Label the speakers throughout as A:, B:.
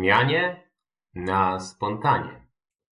A: zmianie na spontanie.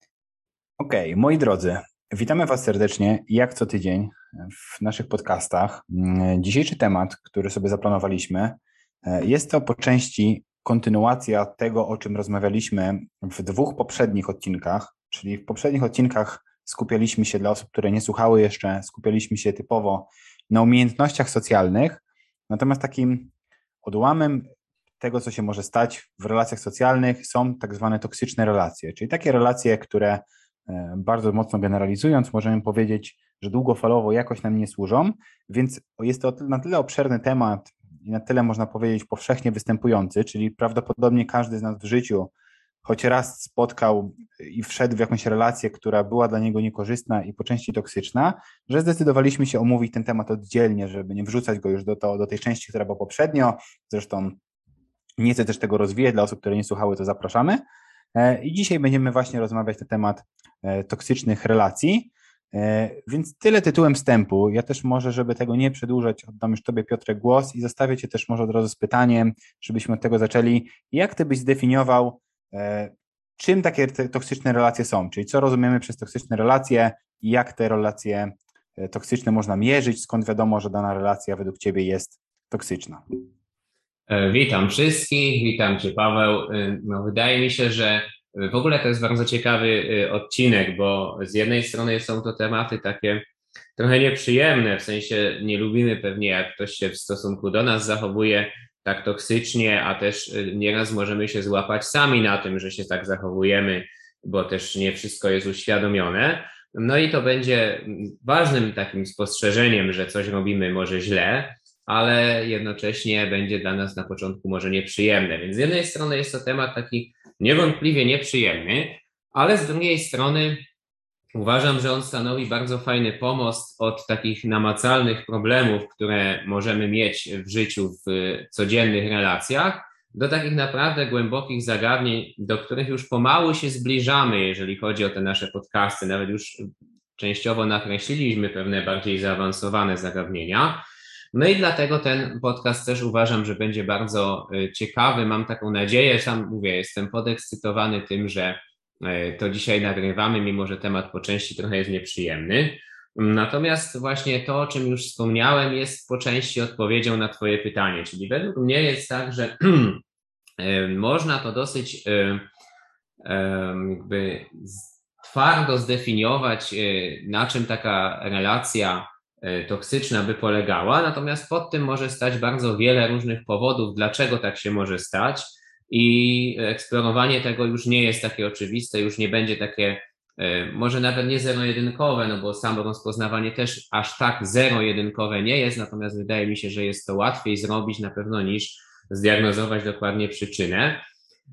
B: Okej, moi drodzy, witamy Was serdecznie, jak co tydzień w naszych podcastach. Dzisiejszy temat, który sobie zaplanowaliśmy, jest to po części kontynuacja tego, o czym rozmawialiśmy w dwóch poprzednich odcinkach, czyli w poprzednich odcinkach skupialiśmy się, dla osób, które nie słuchały jeszcze, skupialiśmy się typowo na umiejętnościach socjalnych, natomiast takim odłamem tego, co się może stać w relacjach socjalnych, są tak zwane toksyczne relacje, czyli takie relacje, które bardzo mocno generalizując, możemy powiedzieć, że długofalowo jakoś nam nie służą, więc jest to na tyle obszerny temat i na tyle można powiedzieć powszechnie występujący, czyli prawdopodobnie każdy z nas w życiu choć raz spotkał i wszedł w jakąś relację, która była dla niego niekorzystna i po części toksyczna, że zdecydowaliśmy się omówić ten temat oddzielnie, żeby nie wrzucać go już do tej części, która była poprzednio. Zresztą nie chcę też tego rozwijać, dla osób, które nie słuchały, to zapraszamy. I dzisiaj będziemy właśnie rozmawiać na temat toksycznych relacji, więc tyle tytułem wstępu. Ja też może, żeby tego nie przedłużać, oddam już Tobie, Piotrek, głos i zostawię Cię też może od razu z pytaniem, żebyśmy od tego zaczęli. Jak Ty byś zdefiniował, czym takie toksyczne relacje są, czyli co rozumiemy przez toksyczne relacje i jak te relacje toksyczne można mierzyć, skąd wiadomo, że dana relacja według Ciebie jest toksyczna?
A: Witam wszystkich, witam Cię, Paweł. No, wydaje mi się, że w ogóle to jest bardzo ciekawy odcinek, bo z jednej strony są to tematy takie trochę nieprzyjemne, w sensie nie lubimy pewnie, jak ktoś się w stosunku do nas zachowuje tak toksycznie, a też nieraz możemy się złapać sami na tym, że się tak zachowujemy, bo też nie wszystko jest uświadomione. No i to będzie ważnym takim spostrzeżeniem, że coś robimy może źle, ale jednocześnie będzie dla nas na początku może nieprzyjemne. Więc z jednej strony jest to temat taki niewątpliwie nieprzyjemny, ale z drugiej strony uważam, że on stanowi bardzo fajny pomost od takich namacalnych problemów, które możemy mieć w życiu, w codziennych relacjach, do takich naprawdę głębokich zagadnień, do których już pomału się zbliżamy, jeżeli chodzi o te nasze podcasty. Nawet już częściowo nakreśliliśmy pewne bardziej zaawansowane zagadnienia. No i dlatego ten podcast też uważam, że będzie bardzo ciekawy. Mam taką nadzieję, sam mówię, jestem podekscytowany tym, że to dzisiaj nagrywamy, mimo że temat po części trochę jest nieprzyjemny. Natomiast właśnie to, o czym już wspomniałem, jest po części odpowiedzią na Twoje pytanie. Czyli według mnie jest tak, że można to dosyć jakby twardo zdefiniować, na czym taka relacja toksyczna by polegała, natomiast pod tym może stać bardzo wiele różnych powodów, dlaczego tak się może stać i eksplorowanie tego już nie jest takie oczywiste, już nie będzie takie, może nawet nie zero-jedynkowe, no bo samo rozpoznawanie też aż tak zero-jedynkowe nie jest, natomiast wydaje mi się, że jest to łatwiej zrobić na pewno niż zdiagnozować dokładnie przyczynę.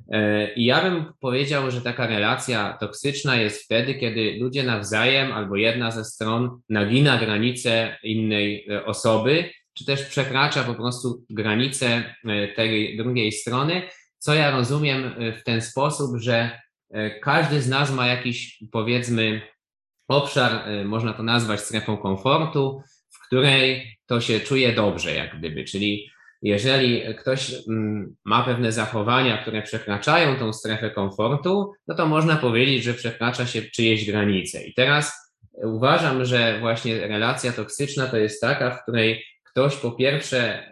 A: I ja bym powiedział, że taka relacja toksyczna jest wtedy, kiedy ludzie nawzajem albo jedna ze stron nagina granice innej osoby, czy też przekracza po prostu granice tej drugiej strony, co ja rozumiem w ten sposób, że każdy z nas ma jakiś, powiedzmy, obszar, można to nazwać strefą komfortu, w której to się czuje dobrze, jak gdyby, czyli jeżeli ktoś ma pewne zachowania, które przekraczają tą strefę komfortu, no to można powiedzieć, że przekracza się czyjeś granice. I teraz uważam, że właśnie relacja toksyczna to jest taka, w której ktoś po pierwsze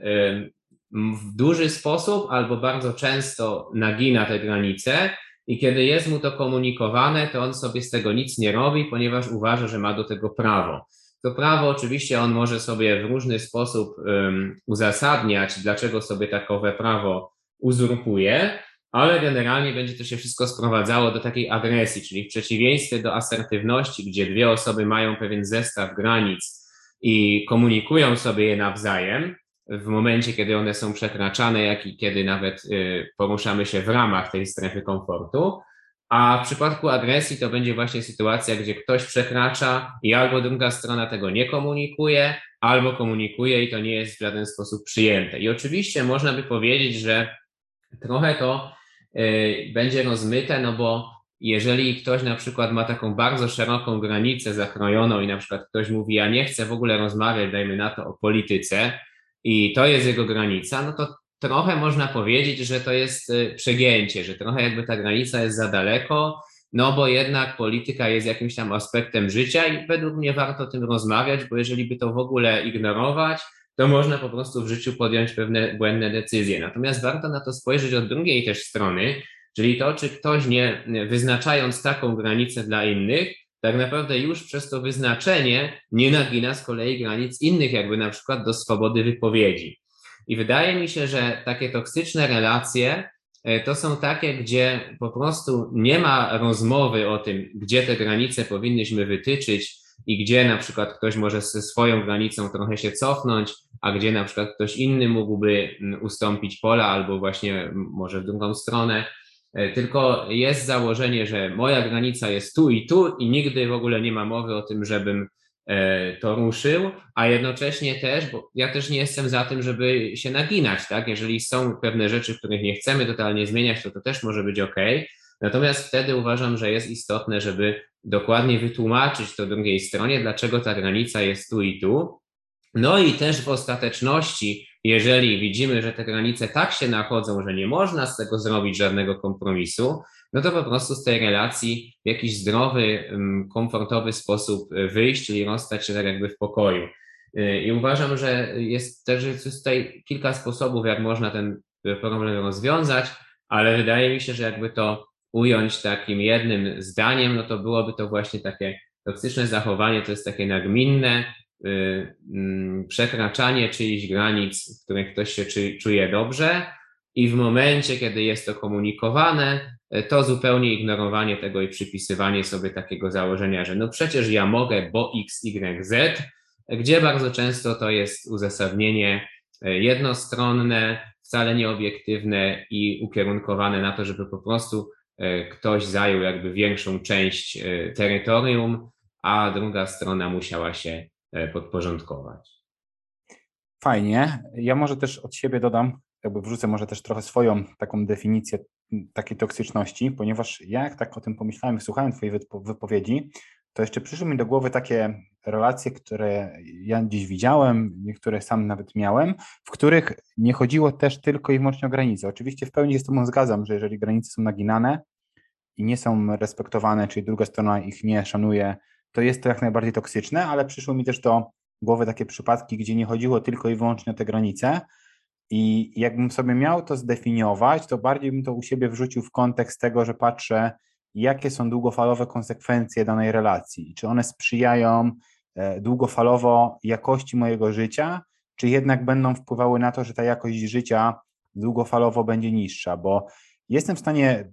A: w duży sposób albo bardzo często nagina te granice i kiedy jest mu to komunikowane, to on sobie z tego nic nie robi, ponieważ uważa, że ma do tego prawo. To prawo oczywiście on może sobie w różny sposób uzasadniać, dlaczego sobie takowe prawo uzurpuje, ale generalnie będzie to się wszystko sprowadzało do takiej agresji, czyli w przeciwieństwie do asertywności, gdzie dwie osoby mają pewien zestaw granic i komunikują sobie je nawzajem w momencie, kiedy one są przekraczane, jak i kiedy nawet poruszamy się w ramach tej strefy komfortu. A w przypadku agresji to będzie właśnie sytuacja, gdzie ktoś przekracza i albo druga strona tego nie komunikuje, albo komunikuje i to nie jest w żaden sposób przyjęte. I oczywiście można by powiedzieć, że trochę to będzie rozmyte, no bo jeżeli ktoś na przykład ma taką bardzo szeroką granicę zakrojoną i na przykład ktoś mówi, ja nie chcę w ogóle rozmawiać, dajmy na to, o polityce i to jest jego granica, no to trochę można powiedzieć, że to jest przegięcie, że trochę jakby ta granica jest za daleko, no bo jednak polityka jest jakimś tam aspektem życia i według mnie warto o tym rozmawiać, bo jeżeli by to w ogóle ignorować, to można po prostu w życiu podjąć pewne błędne decyzje. Natomiast warto na to spojrzeć od drugiej też strony, czyli to, czy ktoś nie wyznaczając taką granicę dla innych, tak naprawdę już przez to wyznaczenie nie nagina z kolei granic innych, jakby na przykład do swobody wypowiedzi. I wydaje mi się, że takie toksyczne relacje to są takie, gdzie po prostu nie ma rozmowy o tym, gdzie te granice powinnyśmy wytyczyć i gdzie na przykład ktoś może ze swoją granicą trochę się cofnąć, a gdzie na przykład ktoś inny mógłby ustąpić pola albo właśnie może w drugą stronę. Tylko jest założenie, że moja granica jest tu i nigdy w ogóle nie ma mowy o tym, żebym to ruszył, a jednocześnie też, bo ja też nie jestem za tym, żeby się naginać, tak? Jeżeli są pewne rzeczy, których nie chcemy totalnie zmieniać, to też może być ok. Natomiast wtedy uważam, że jest istotne, żeby dokładnie wytłumaczyć to drugiej stronie, dlaczego ta granica jest tu i tu. No i też w ostateczności, jeżeli widzimy, że te granice tak się nachodzą, że nie można z tego zrobić żadnego kompromisu, no to po prostu z tej relacji w jakiś zdrowy, komfortowy sposób wyjść, czyli rozstać się tak jakby w pokoju. I uważam, że jest też tutaj kilka sposobów, jak można ten problem rozwiązać, ale wydaje mi się, że jakby to ująć takim jednym zdaniem, no to byłoby to właśnie takie toksyczne zachowanie, to jest takie nagminne, przekraczanie czyichś granic, w których ktoś się czuje dobrze i w momencie, kiedy jest to komunikowane, to zupełnie ignorowanie tego i przypisywanie sobie takiego założenia, że no przecież ja mogę, bo X, Y, Z, gdzie bardzo często to jest uzasadnienie jednostronne, wcale nieobiektywne i ukierunkowane na to, żeby po prostu ktoś zajął jakby większą część terytorium, a druga strona musiała się podporządkować.
B: Fajnie. Ja może też od siebie dodam, jakby wrzucę może też trochę swoją taką definicję takiej toksyczności, ponieważ ja jak tak o tym pomyślałem, słuchałem twojej wypowiedzi, to jeszcze przyszły mi do głowy takie relacje, które ja gdzieś widziałem, niektóre sam nawet miałem, w których nie chodziło też tylko i wyłącznie o granice. Oczywiście w pełni się z tobą zgadzam, że jeżeli granice są naginane i nie są respektowane, czyli druga strona ich nie szanuje, to jest to jak najbardziej toksyczne, ale przyszło mi też do głowy takie przypadki, gdzie nie chodziło tylko i wyłącznie o te granice i jakbym sobie miał to zdefiniować, to bardziej bym to u siebie wrzucił w kontekst tego, że patrzę, jakie są długofalowe konsekwencje danej relacji, czy one sprzyjają długofalowo jakości mojego życia, czy jednak będą wpływały na to, że ta jakość życia długofalowo będzie niższa, bo jestem w stanie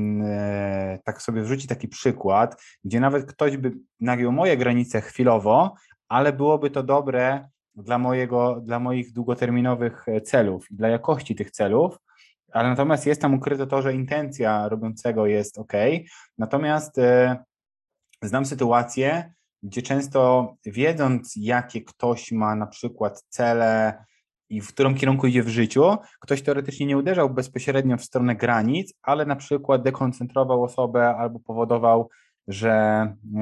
B: tak sobie wrzucić taki przykład, gdzie nawet ktoś by nagiął moje granice chwilowo, ale byłoby to dobre dla moich długoterminowych celów i dla jakości tych celów, ale natomiast jest tam ukryte to, że intencja robiącego jest ok. Natomiast znam sytuację, gdzie często wiedząc, jakie ktoś ma na przykład cele i w którym kierunku idzie w życiu, ktoś teoretycznie nie uderzał bezpośrednio w stronę granic, ale na przykład dekoncentrował osobę albo powodował, że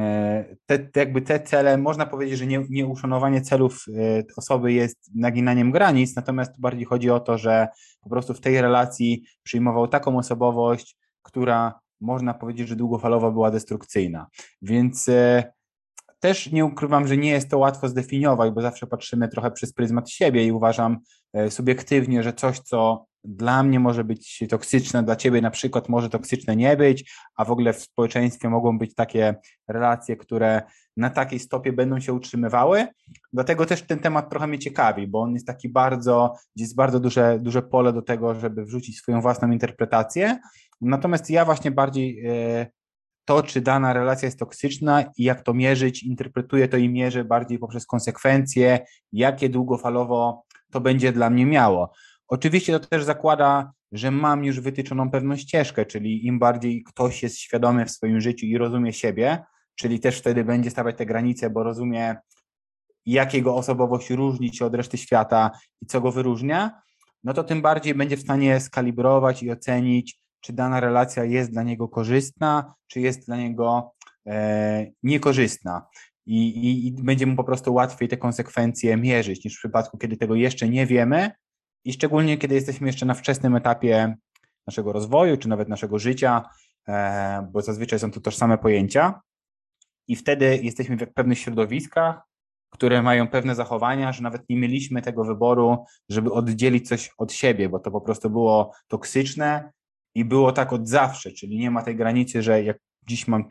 B: te cele, można powiedzieć, że nieuszanowanie celów osoby jest naginaniem granic, natomiast bardziej chodzi o to, że po prostu w tej relacji przyjmował taką osobowość, która można powiedzieć, że długofalowo była destrukcyjna. Więc też nie ukrywam, że nie jest to łatwo zdefiniować, bo zawsze patrzymy trochę przez pryzmat siebie i uważam subiektywnie, że coś, co dla mnie może być toksyczne, dla ciebie na przykład może toksyczne nie być, a w ogóle w społeczeństwie mogą być takie relacje, które na takiej stopie będą się utrzymywały. Dlatego też ten temat trochę mnie ciekawi, bo on jest taki bardzo, gdzie jest bardzo duże pole do tego, żeby wrzucić swoją własną interpretację. Natomiast ja właśnie bardziej to, czy dana relacja jest toksyczna i jak to mierzyć, interpretuję to i mierzę bardziej poprzez konsekwencje, jakie długofalowo to będzie dla mnie miało. Oczywiście to też zakłada, że mam już wytyczoną pewną ścieżkę, czyli im bardziej ktoś jest świadomy w swoim życiu i rozumie siebie, czyli też wtedy będzie stawiać te granice, bo rozumie, jak jego osobowość różni się od reszty świata i co go wyróżnia, no to tym bardziej będzie w stanie skalibrować i ocenić, czy dana relacja jest dla niego korzystna, czy jest dla niego niekorzystna. I będzie mu po prostu łatwiej te konsekwencje mierzyć, niż w przypadku, kiedy tego jeszcze nie wiemy i szczególnie kiedy jesteśmy jeszcze na wczesnym etapie naszego rozwoju, czy nawet naszego życia, bo zazwyczaj są to tożsame pojęcia i wtedy jesteśmy w pewnych środowiskach, które mają pewne zachowania, że nawet nie mieliśmy tego wyboru, żeby oddzielić coś od siebie, bo to po prostu było toksyczne i było tak od zawsze, czyli nie ma tej granicy, że jak dziś mam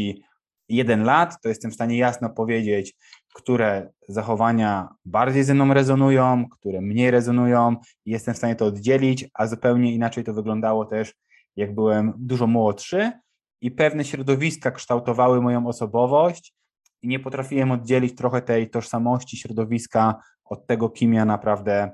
B: 31 lat, to jestem w stanie jasno powiedzieć, które zachowania bardziej ze mną rezonują, które mniej rezonują i jestem w stanie to oddzielić, a zupełnie inaczej to wyglądało też, jak byłem dużo młodszy i pewne środowiska kształtowały moją osobowość i nie potrafiłem oddzielić trochę tej tożsamości środowiska od tego, kim ja naprawdę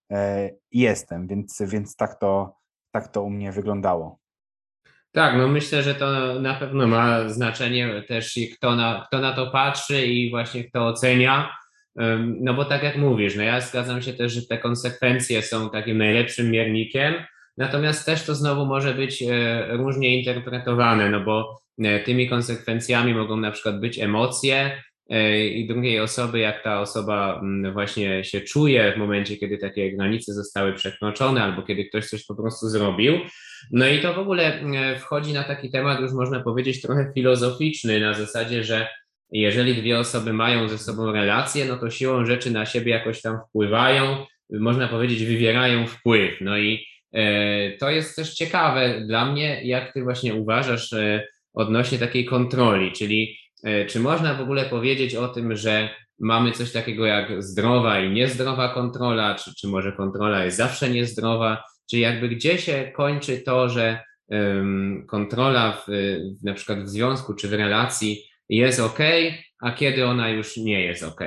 B: jestem, więc tak to u mnie wyglądało.
A: Tak, no myślę, że to na pewno ma znaczenie też i kto na to patrzy i właśnie kto ocenia. No bo tak jak mówisz, no ja zgadzam się też, że te konsekwencje są takim najlepszym miernikiem, natomiast też to znowu może być różnie interpretowane, no bo tymi konsekwencjami mogą na przykład być emocje i drugiej osoby, jak ta osoba właśnie się czuje w momencie, kiedy takie granice zostały przekroczone albo kiedy ktoś coś po prostu zrobił. No i to w ogóle wchodzi na taki temat, już można powiedzieć, trochę filozoficzny, na zasadzie, że jeżeli dwie osoby mają ze sobą relacje, no to siłą rzeczy na siebie jakoś tam wpływają, można powiedzieć, wywierają wpływ. No i to jest też ciekawe dla mnie, jak ty właśnie uważasz odnośnie takiej kontroli, czyli czy można w ogóle powiedzieć o tym, że mamy coś takiego jak zdrowa i niezdrowa kontrola, czy może kontrola jest zawsze niezdrowa? Czyli jakby gdzie się kończy to, że kontrola na przykład w związku czy w relacji jest ok, a kiedy ona już nie jest ok.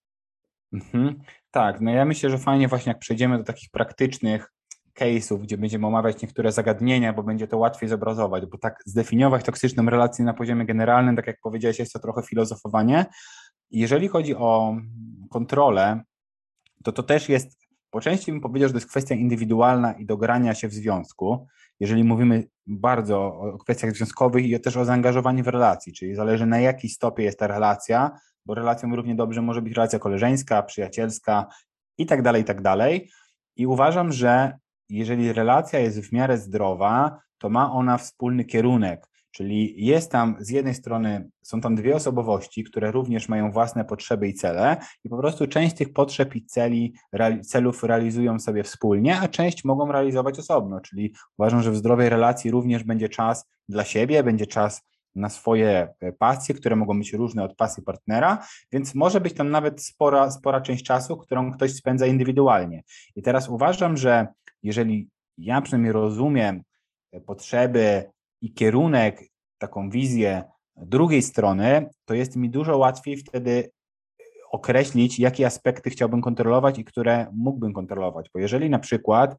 B: Mhm. Tak, no ja myślę, że fajnie właśnie jak przejdziemy do takich praktycznych case'ów, gdzie będziemy omawiać niektóre zagadnienia, bo będzie to łatwiej zobrazować, bo tak zdefiniować toksyczną relację na poziomie generalnym, tak jak powiedziałeś, jest to trochę filozofowanie. Jeżeli chodzi o kontrolę, to też jest, po części bym powiedział, że to jest kwestia indywidualna i dogrania się w związku, jeżeli mówimy bardzo o kwestiach związkowych i też o zaangażowaniu w relacji, czyli zależy na jaki stopie jest ta relacja, bo relacją równie dobrze może być relacja koleżeńska, przyjacielska i tak dalej, i tak dalej. I uważam, że jeżeli relacja jest w miarę zdrowa, to ma ona wspólny kierunek, czyli jest tam z jednej strony, są tam dwie osobowości, które również mają własne potrzeby i cele i po prostu część tych potrzeb i celów realizują sobie wspólnie, a część mogą realizować osobno, czyli uważam, że w zdrowej relacji również będzie czas dla siebie, będzie czas na swoje pasje, które mogą być różne od pasji partnera, więc może być tam nawet spora część czasu, którą ktoś spędza indywidualnie. I teraz uważam, że jeżeli ja przynajmniej rozumiem potrzeby i kierunek, taką wizję drugiej strony, to jest mi dużo łatwiej wtedy określić, jakie aspekty chciałbym kontrolować i które mógłbym kontrolować. Bo jeżeli na przykład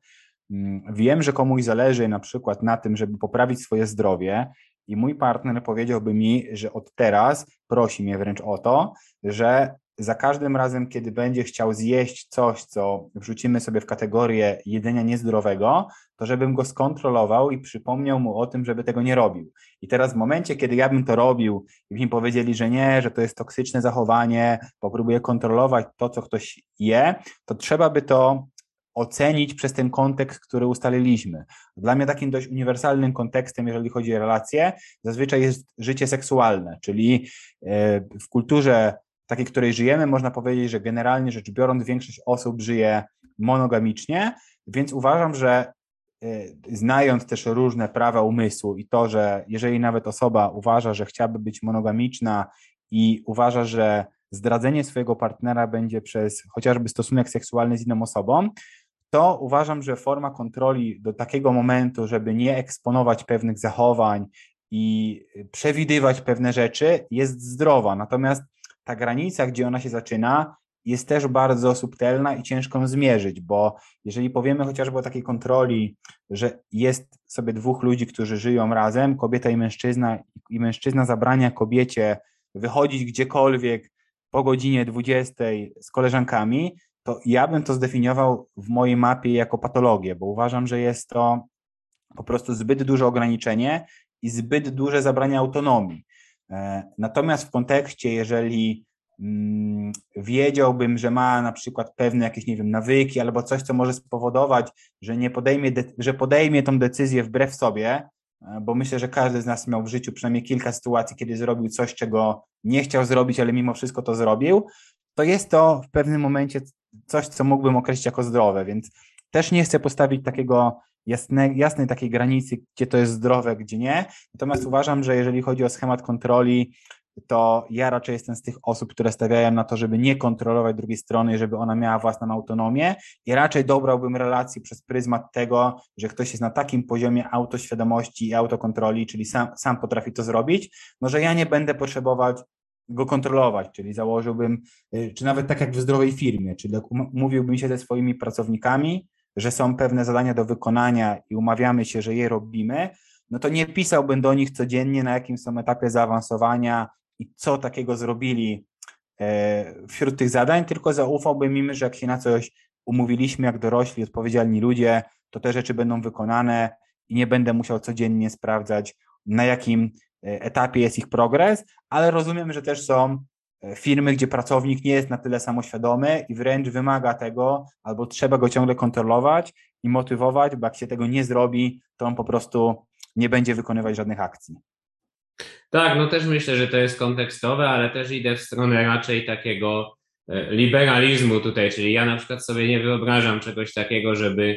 B: wiem, że komuś zależy na przykład na tym, żeby poprawić swoje zdrowie i mój partner powiedziałby mi, że od teraz prosi mnie wręcz o to, że za każdym razem, kiedy będzie chciał zjeść coś, co wrzucimy sobie w kategorię jedzenia niezdrowego, to żebym go skontrolował i przypomniał mu o tym, żeby tego nie robił. I teraz w momencie, kiedy ja bym to robił i mi powiedzieli, że nie, że to jest toksyczne zachowanie, bo próbuję kontrolować to, co ktoś je, to trzeba by to ocenić przez ten kontekst, który ustaliliśmy. Dla mnie takim dość uniwersalnym kontekstem, jeżeli chodzi o relacje, zazwyczaj jest życie seksualne, czyli w kulturze takiej, w której żyjemy, można powiedzieć, że generalnie rzecz biorąc większość osób żyje monogamicznie, więc uważam, że znając też różne prawa umysłu i to, że jeżeli nawet osoba uważa, że chciałaby być monogamiczna i uważa, że zdradzenie swojego partnera będzie przez chociażby stosunek seksualny z inną osobą, to uważam, że forma kontroli do takiego momentu, żeby nie eksponować pewnych zachowań i przewidywać pewne rzeczy, jest zdrowa. Natomiast ta granica, gdzie ona się zaczyna, jest też bardzo subtelna i ciężko ją zmierzyć, bo jeżeli powiemy chociażby o takiej kontroli, że jest sobie dwóch ludzi, którzy żyją razem, kobieta i mężczyzna zabrania kobiecie wychodzić gdziekolwiek po godzinie 20 z koleżankami, to ja bym to zdefiniował w mojej mapie jako patologię, bo uważam, że jest to po prostu zbyt duże ograniczenie i zbyt duże zabranie autonomii. Natomiast w kontekście, jeżeli wiedziałbym, że ma na przykład pewne jakieś, nie wiem, nawyki albo coś, co może spowodować, że nie podejmie, że podejmie tą decyzję wbrew sobie, bo myślę, że każdy z nas miał w życiu przynajmniej kilka sytuacji, kiedy zrobił coś, czego nie chciał zrobić, ale mimo wszystko to zrobił, to jest to w pewnym momencie coś, co mógłbym określić jako zdrowe, więc też nie chcę postawić takiego jasnej takiej granicy, gdzie to jest zdrowe, gdzie nie. Natomiast uważam, że jeżeli chodzi o schemat kontroli, to ja raczej jestem z tych osób, które stawiają na to, żeby nie kontrolować drugiej strony, żeby ona miała własną autonomię i raczej dobrałbym relację przez pryzmat tego, że ktoś jest na takim poziomie autoświadomości i autokontroli, czyli sam potrafi to zrobić, no że ja nie będę potrzebować go kontrolować, czyli założyłbym, czy nawet tak jak w zdrowej firmie, czyli umówiłbym się ze swoimi pracownikami, że są pewne zadania do wykonania i umawiamy się, że je robimy, no to nie pisałbym do nich codziennie, na jakim są etapie zaawansowania i co takiego zrobili wśród tych zadań, tylko zaufałbym im, że jak się na coś umówiliśmy, jak dorośli, odpowiedzialni ludzie, to te rzeczy będą wykonane i nie będę musiał codziennie sprawdzać, na jakim etapie jest ich progres, ale rozumiem, że też są firmy, gdzie pracownik nie jest na tyle samoświadomy i wręcz wymaga tego, albo trzeba go ciągle kontrolować i motywować, bo jak się tego nie zrobi, to on po prostu nie będzie wykonywać żadnych akcji.
A: Tak, no też myślę, że to jest kontekstowe, ale też idę w stronę raczej takiego liberalizmu tutaj, czyli ja na przykład sobie nie wyobrażam czegoś takiego,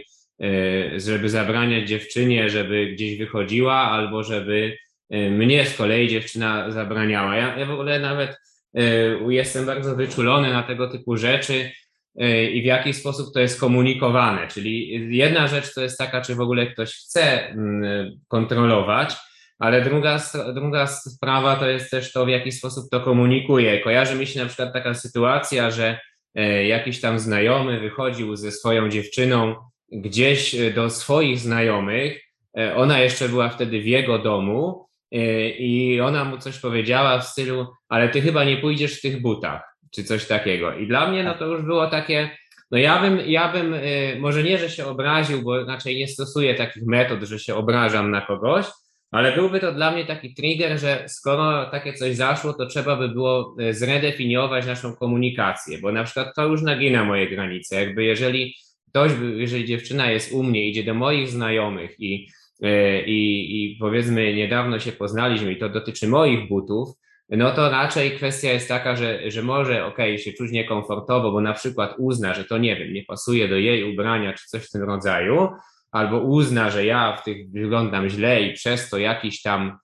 A: żeby zabraniać dziewczynie, żeby gdzieś wychodziła, albo żeby mnie z kolei dziewczyna zabraniała. Ja w ogóle nawet jestem bardzo wyczulony na tego typu rzeczy i w jaki sposób to jest komunikowane. Czyli jedna rzecz to jest taka, czy w ogóle ktoś chce kontrolować, ale druga sprawa to jest też to, w jaki sposób to komunikuje. Kojarzy mi się na przykład taka sytuacja, że jakiś tam znajomy wychodził ze swoją dziewczyną gdzieś do swoich znajomych, ona jeszcze była wtedy w jego domu i ona mu coś powiedziała w stylu, ale ty chyba nie pójdziesz w tych butach, czy coś takiego. I dla mnie no to już było takie, no ja bym może nie, że się obraził, bo raczej nie stosuję takich metod, że się obrażam na kogoś, ale byłby to dla mnie taki trigger, że skoro takie coś zaszło, to trzeba by było zredefiniować naszą komunikację, bo na przykład to już nagina moje granice. Jakby jeżeli dziewczyna jest u mnie, idzie do moich znajomych i powiedzmy niedawno się poznaliśmy i to dotyczy moich butów, no to raczej kwestia jest taka, że może się czuć niekomfortowo, bo na przykład uzna, że to nie wiem, nie pasuje do jej ubrania czy coś w tym rodzaju, albo uzna, że ja w tych wyglądam źle i przez to jakiś tam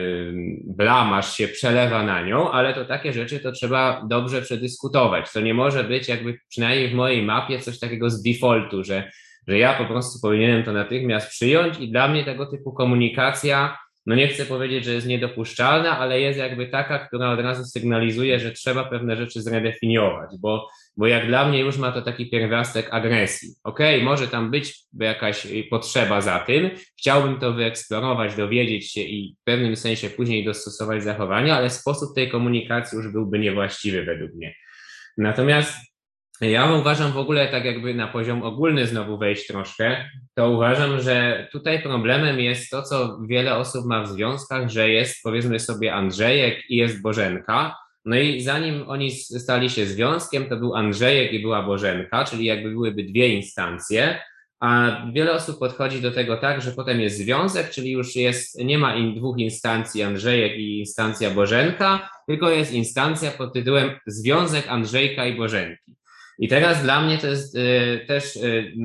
A: blamaż się przelewa na nią, ale to takie rzeczy to trzeba dobrze przedyskutować. To nie może być jakby przynajmniej w mojej mapie coś takiego z defaultu, że ja po prostu powinienem to natychmiast przyjąć i dla mnie tego typu komunikacja, no nie chcę powiedzieć, że jest niedopuszczalna, ale jest jakby taka, która od razu sygnalizuje, że trzeba pewne rzeczy zredefiniować, bo jak dla mnie już ma to taki pierwiastek agresji. Może tam być jakaś potrzeba za tym, chciałbym to wyeksplorować, dowiedzieć się i w pewnym sensie później dostosować zachowania, ale sposób tej komunikacji już byłby niewłaściwy według mnie. Natomiast ja uważam w ogóle, tak jakby na poziom ogólny znowu wejść troszkę, to uważam, że tutaj problemem jest to, co wiele osób ma w związkach, że jest powiedzmy sobie Andrzejek i jest Bożenka. No i zanim oni stali się związkiem, to był Andrzejek i była Bożenka, czyli jakby byłyby dwie instancje, a wiele osób podchodzi do tego tak, że potem jest związek, czyli już nie ma dwóch instancji Andrzejek i instancja Bożenka, tylko jest instancja pod tytułem Związek Andrzejka i Bożenki. I teraz dla mnie to jest też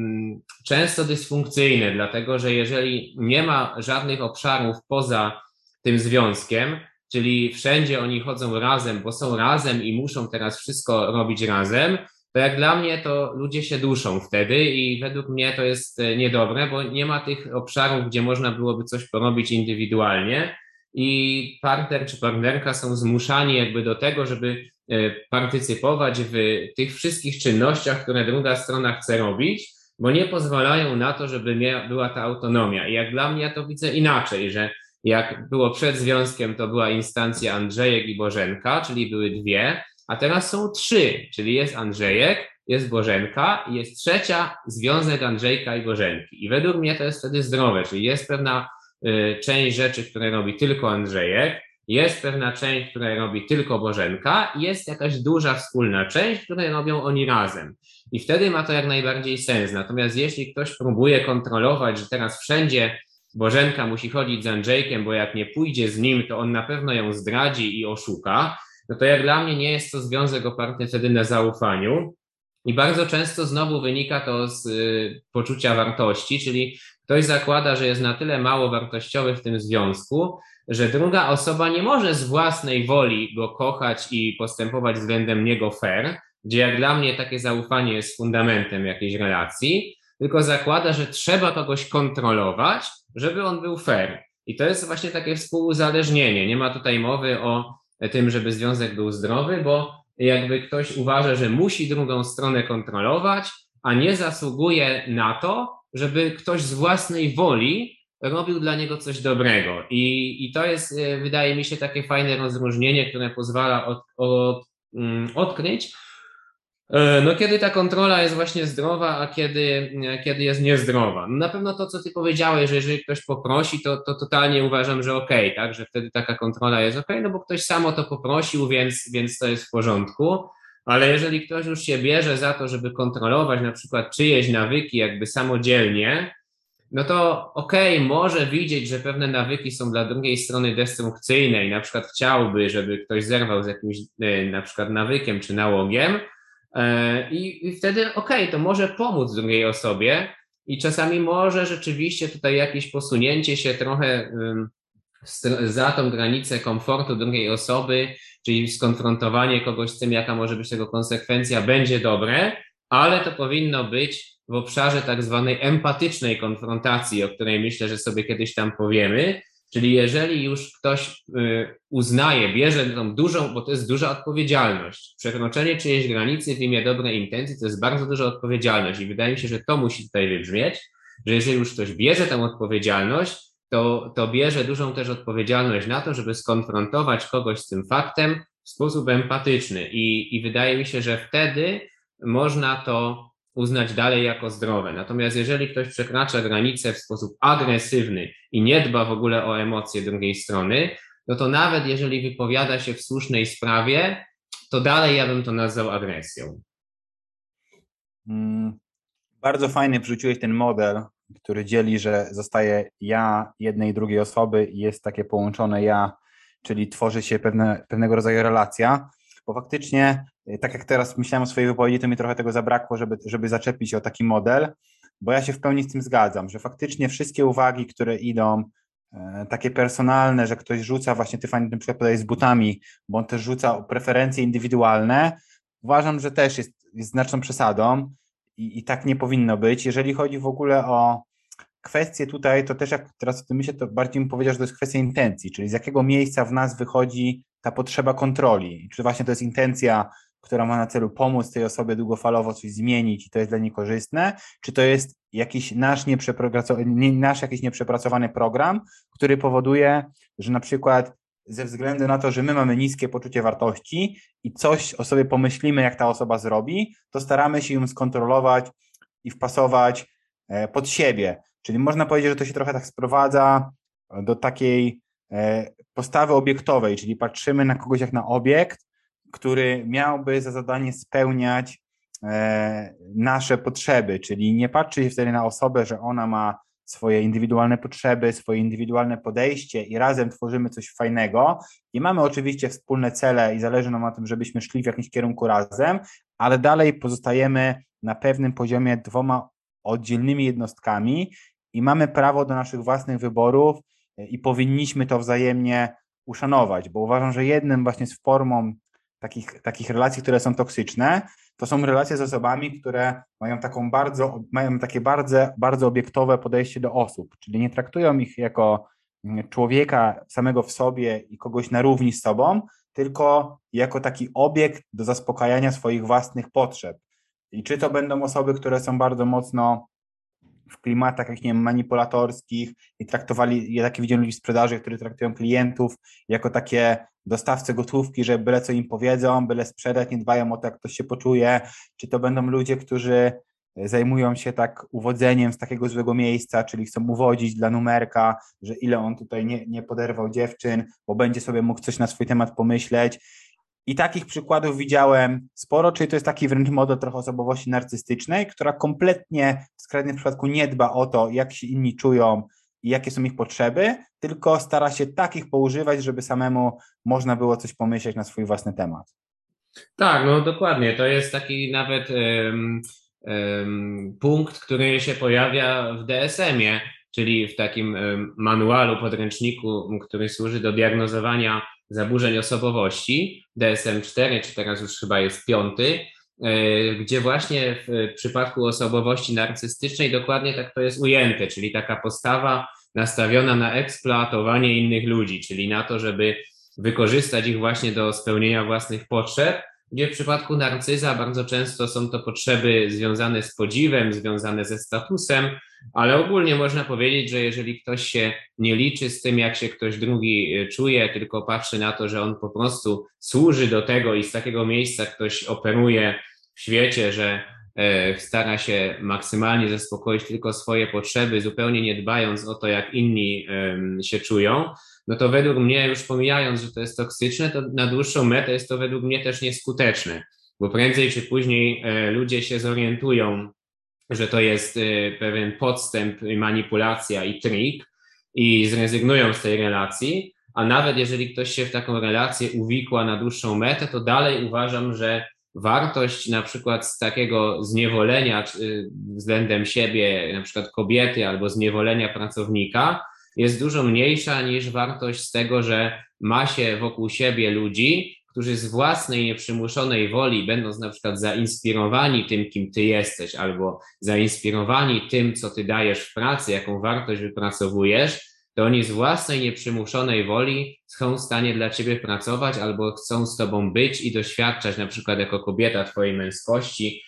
A: często dysfunkcyjne, dlatego że jeżeli nie ma żadnych obszarów poza tym związkiem, czyli wszędzie oni chodzą razem, bo są razem i muszą teraz wszystko robić razem, to jak dla mnie to ludzie się duszą wtedy i według mnie to jest niedobre, bo nie ma tych obszarów, gdzie można byłoby coś porobić indywidualnie i partner czy partnerka są zmuszani jakby do tego, żeby partycypować w tych wszystkich czynnościach, które druga strona chce robić, bo nie pozwalają na to, żeby była ta autonomia. I jak dla mnie ja to widzę inaczej, że jak było przed związkiem, to była instancja Andrzejek i Bożenka, czyli były dwie, a teraz są trzy, czyli jest Andrzejek, jest Bożenka i jest trzecia, związek Andrzejka i Bożenki. I według mnie to jest wtedy zdrowe, czyli jest pewna część rzeczy, które robi tylko Andrzejek, Jest pewna część, której robi tylko Bożenka i jest jakaś duża wspólna część, której robią oni razem. I wtedy ma to jak najbardziej sens. Natomiast jeśli ktoś próbuje kontrolować, że teraz wszędzie Bożenka musi chodzić z Andrzejkiem, bo jak nie pójdzie z nim, to on na pewno ją zdradzi i oszuka, no to jak dla mnie nie jest to związek oparty wtedy na zaufaniu. I bardzo często znowu wynika to z poczucia wartości, czyli ktoś zakłada, że jest na tyle mało wartościowy w tym związku, że druga osoba nie może z własnej woli go kochać i postępować względem niego fair, gdzie jak dla mnie takie zaufanie jest fundamentem jakiejś relacji, tylko zakłada, że trzeba kogoś kontrolować, żeby on był fair. I to jest właśnie takie współuzależnienie. Nie ma tutaj mowy o tym, żeby związek był zdrowy, bo jakby ktoś uważa, że musi drugą stronę kontrolować, a nie zasługuje na to, żeby ktoś z własnej woli robił dla niego coś dobrego. I to jest, wydaje mi się, takie fajne rozróżnienie, które pozwala odkryć, no kiedy ta kontrola jest właśnie zdrowa, a kiedy jest niezdrowa. No na pewno to, co ty powiedziałeś, że jeżeli ktoś poprosi, to totalnie uważam, że okej, tak, że wtedy taka kontrola jest okej, no bo ktoś sam o to poprosił, więc to jest w porządku. Ale jeżeli ktoś już się bierze za to, żeby kontrolować na przykład czyjeś nawyki jakby samodzielnie, no to może widzieć, że pewne nawyki są dla drugiej strony destrukcyjne i na przykład chciałby, żeby ktoś zerwał z jakimś na przykład nawykiem czy nałogiem, i wtedy to może pomóc drugiej osobie i czasami może rzeczywiście tutaj jakieś posunięcie się trochę za tą granicę komfortu drugiej osoby, czyli skonfrontowanie kogoś z tym, jaka może być tego konsekwencja, będzie dobre, ale to powinno być w obszarze tak zwanej empatycznej konfrontacji, o której myślę, że sobie kiedyś tam powiemy. Czyli jeżeli już ktoś uznaje, bierze tą dużą, bo to jest duża odpowiedzialność. Przekroczenie czyjejś granicy w imię dobrej intencji to jest bardzo duża odpowiedzialność i wydaje mi się, że to musi tutaj wybrzmieć, że jeżeli już ktoś bierze tę odpowiedzialność, to bierze dużą też odpowiedzialność na to, żeby skonfrontować kogoś z tym faktem w sposób empatyczny i wydaje mi się, że wtedy można to uznać dalej jako zdrowe. Natomiast jeżeli ktoś przekracza granicę w sposób agresywny i nie dba w ogóle o emocje drugiej strony, no to nawet jeżeli wypowiada się w słusznej sprawie, to dalej ja bym to nazwał agresją.
B: Bardzo fajny wrzuciłeś ten model, który dzieli, że zostaje ja jednej i drugiej osoby i jest takie połączone ja, czyli tworzy się pewnego rodzaju relacja, bo faktycznie, tak jak teraz myślałem o swojej wypowiedzi, to mi trochę tego zabrakło, żeby zaczepić się o taki model, bo ja się w pełni z tym zgadzam, że faktycznie wszystkie uwagi, które idą, takie personalne, że ktoś rzuca, właśnie ty fajnie na przykład podajesz z butami, bo on też rzuca preferencje indywidualne, uważam, że też jest znaczną przesadą i tak nie powinno być. Jeżeli chodzi w ogóle o kwestie tutaj, to też jak teraz o tym myślę, to bardziej bym powiedział, że to jest kwestia intencji, czyli z jakiego miejsca w nas wychodzi ta potrzeba kontroli. Czy właśnie to jest intencja, która ma na celu pomóc tej osobie długofalowo coś zmienić i to jest dla niej korzystne, czy to jest jakiś nasz jakiś nieprzepracowany program, który powoduje, że na przykład ze względu na to, że my mamy niskie poczucie wartości i coś o sobie pomyślimy, jak ta osoba zrobi, to staramy się ją skontrolować i wpasować pod siebie. Czyli można powiedzieć, że to się trochę tak sprowadza do takiej postawy obiektowej, czyli patrzymy na kogoś jak na obiekt, który miałby za zadanie spełniać nasze potrzeby, czyli nie patrzy się wtedy na osobę, że ona ma swoje indywidualne potrzeby, swoje indywidualne podejście i razem tworzymy coś fajnego i mamy oczywiście wspólne cele i zależy nam na tym, żebyśmy szli w jakimś kierunku razem, ale dalej pozostajemy na pewnym poziomie dwoma oddzielnymi jednostkami i mamy prawo do naszych własnych wyborów i powinniśmy to wzajemnie uszanować, bo uważam, że jednym właśnie z formą takich relacji, które są toksyczne, to są relacje z osobami, które mają takie bardzo obiektowe podejście do osób, czyli nie traktują ich jako człowieka samego w sobie i kogoś na równi z sobą, tylko jako taki obiekt do zaspokajania swoich własnych potrzeb. I czy to będą osoby, które są bardzo mocno w klimatach jakichś, nie wiem, manipulatorskich i ja takie widziałem ludzi w sprzedaży, którzy traktują klientów jako takie dostawcy gotówki, że byle co im powiedzą, byle sprzedać, nie dbają o to, jak ktoś się poczuje, czy to będą ludzie, którzy zajmują się tak uwodzeniem z takiego złego miejsca, czyli chcą uwodzić dla numerka, że ile on tutaj nie poderwał dziewczyn, bo będzie sobie mógł coś na swój temat pomyśleć. I takich przykładów widziałem sporo, czyli to jest taki wręcz model trochę osobowości narcystycznej, która kompletnie w skrajnym przypadku nie dba o to, jak się inni czują i jakie są ich potrzeby, tylko stara się takich poużywać, żeby samemu można było coś pomyśleć na swój własny temat.
A: Tak, no dokładnie. To jest taki nawet punkt, który się pojawia w DSM-ie, czyli w takim manualu, podręczniku, który służy do diagnozowania zaburzeń osobowości, DSM-4, czy teraz już chyba jest 5, gdzie właśnie w przypadku osobowości narcystycznej dokładnie tak to jest ujęte, czyli taka postawa nastawiona na eksploatowanie innych ludzi, czyli na to, żeby wykorzystać ich właśnie do spełnienia własnych potrzeb, gdzie w przypadku narcyza bardzo często są to potrzeby związane z podziwem, związane ze statusem, ale ogólnie można powiedzieć, że jeżeli ktoś się nie liczy z tym, jak się ktoś drugi czuje, tylko patrzy na to, że on po prostu służy do tego i z takiego miejsca ktoś operuje w świecie, że stara się maksymalnie zaspokoić tylko swoje potrzeby, zupełnie nie dbając o to, jak inni się czują, no to według mnie, już pomijając, że to jest toksyczne, to na dłuższą metę jest to według mnie też nieskuteczne, bo prędzej czy później ludzie się zorientują, że to jest pewien podstęp, manipulacja i trik i zrezygnują z tej relacji, a nawet jeżeli ktoś się w taką relację uwikła na dłuższą metę, to dalej uważam, że wartość na przykład z takiego zniewolenia względem siebie, na przykład kobiety albo zniewolenia pracownika, jest dużo mniejsza niż wartość z tego, że ma się wokół siebie ludzi, którzy z własnej nieprzymuszonej woli, będąc na przykład zainspirowani tym, kim ty jesteś, albo zainspirowani tym, co ty dajesz w pracy, jaką wartość wypracowujesz, to oni z własnej nieprzymuszonej woli są w stanie dla ciebie pracować albo chcą z tobą być i doświadczać na przykład jako kobieta twojej męskości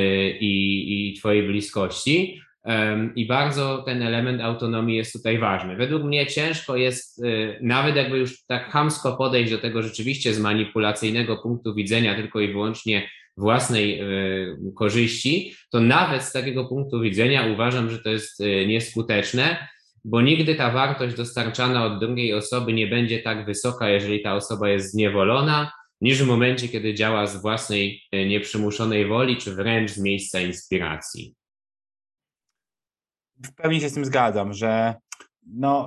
A: i twojej bliskości. I bardzo ten element autonomii jest tutaj ważny. Według mnie ciężko jest, nawet jakby już tak chamsko podejść do tego rzeczywiście z manipulacyjnego punktu widzenia tylko i wyłącznie własnej korzyści, to nawet z takiego punktu widzenia uważam, że to jest nieskuteczne, bo nigdy ta wartość dostarczana od drugiej osoby nie będzie tak wysoka, jeżeli ta osoba jest zniewolona, niż w momencie, kiedy działa z własnej nieprzymuszonej woli, czy wręcz z miejsca inspiracji.
B: W pełni się z tym zgadzam, że no,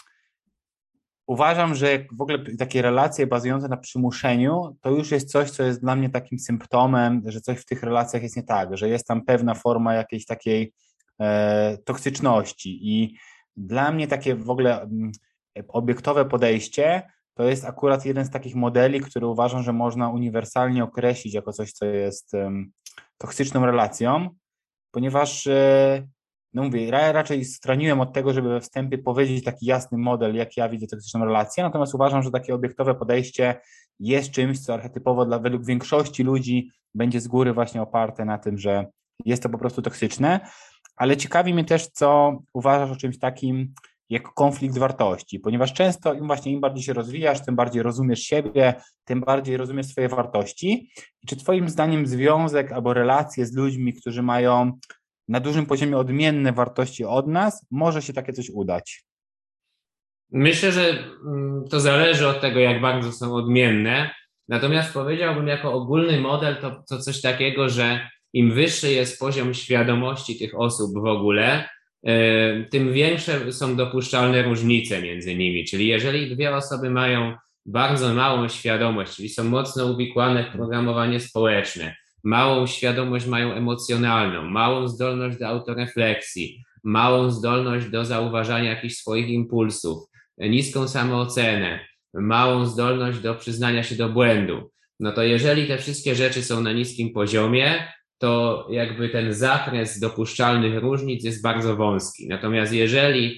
B: uważam, że w ogóle takie relacje bazujące na przymuszeniu to już jest coś, co jest dla mnie takim symptomem, że coś w tych relacjach jest nie tak, że jest tam pewna forma jakiejś takiej toksyczności i dla mnie takie w ogóle obiektowe podejście to jest akurat jeden z takich modeli, który uważam, że można uniwersalnie określić jako coś, co jest toksyczną relacją, ponieważ no mówię, ja raczej stroniłem od tego, żeby we wstępie powiedzieć taki jasny model, jak ja widzę toksyczną relację, natomiast uważam, że takie obiektowe podejście jest czymś, co archetypowo według większości ludzi będzie z góry właśnie oparte na tym, że jest to po prostu toksyczne, ale ciekawi mnie też, co uważasz o czymś takim jak konflikt wartości, ponieważ często im bardziej się rozwijasz, tym bardziej rozumiesz siebie, tym bardziej rozumiesz swoje wartości. I czy twoim zdaniem związek albo relacje z ludźmi, którzy mają na dużym poziomie odmienne wartości od nas, może się takie coś udać?
A: Myślę, że to zależy od tego, jak bardzo są odmienne. Natomiast powiedziałbym, jako ogólny model, to coś takiego, że im wyższy jest poziom świadomości tych osób w ogóle, tym większe są dopuszczalne różnice między nimi. Czyli jeżeli dwie osoby mają bardzo małą świadomość, czyli są mocno uwikłane w programowanie społeczne, małą świadomość mają emocjonalną, małą zdolność do autorefleksji, małą zdolność do zauważania jakichś swoich impulsów, niską samoocenę, małą zdolność do przyznania się do błędu, no to jeżeli te wszystkie rzeczy są na niskim poziomie, to jakby ten zakres dopuszczalnych różnic jest bardzo wąski. Natomiast jeżeli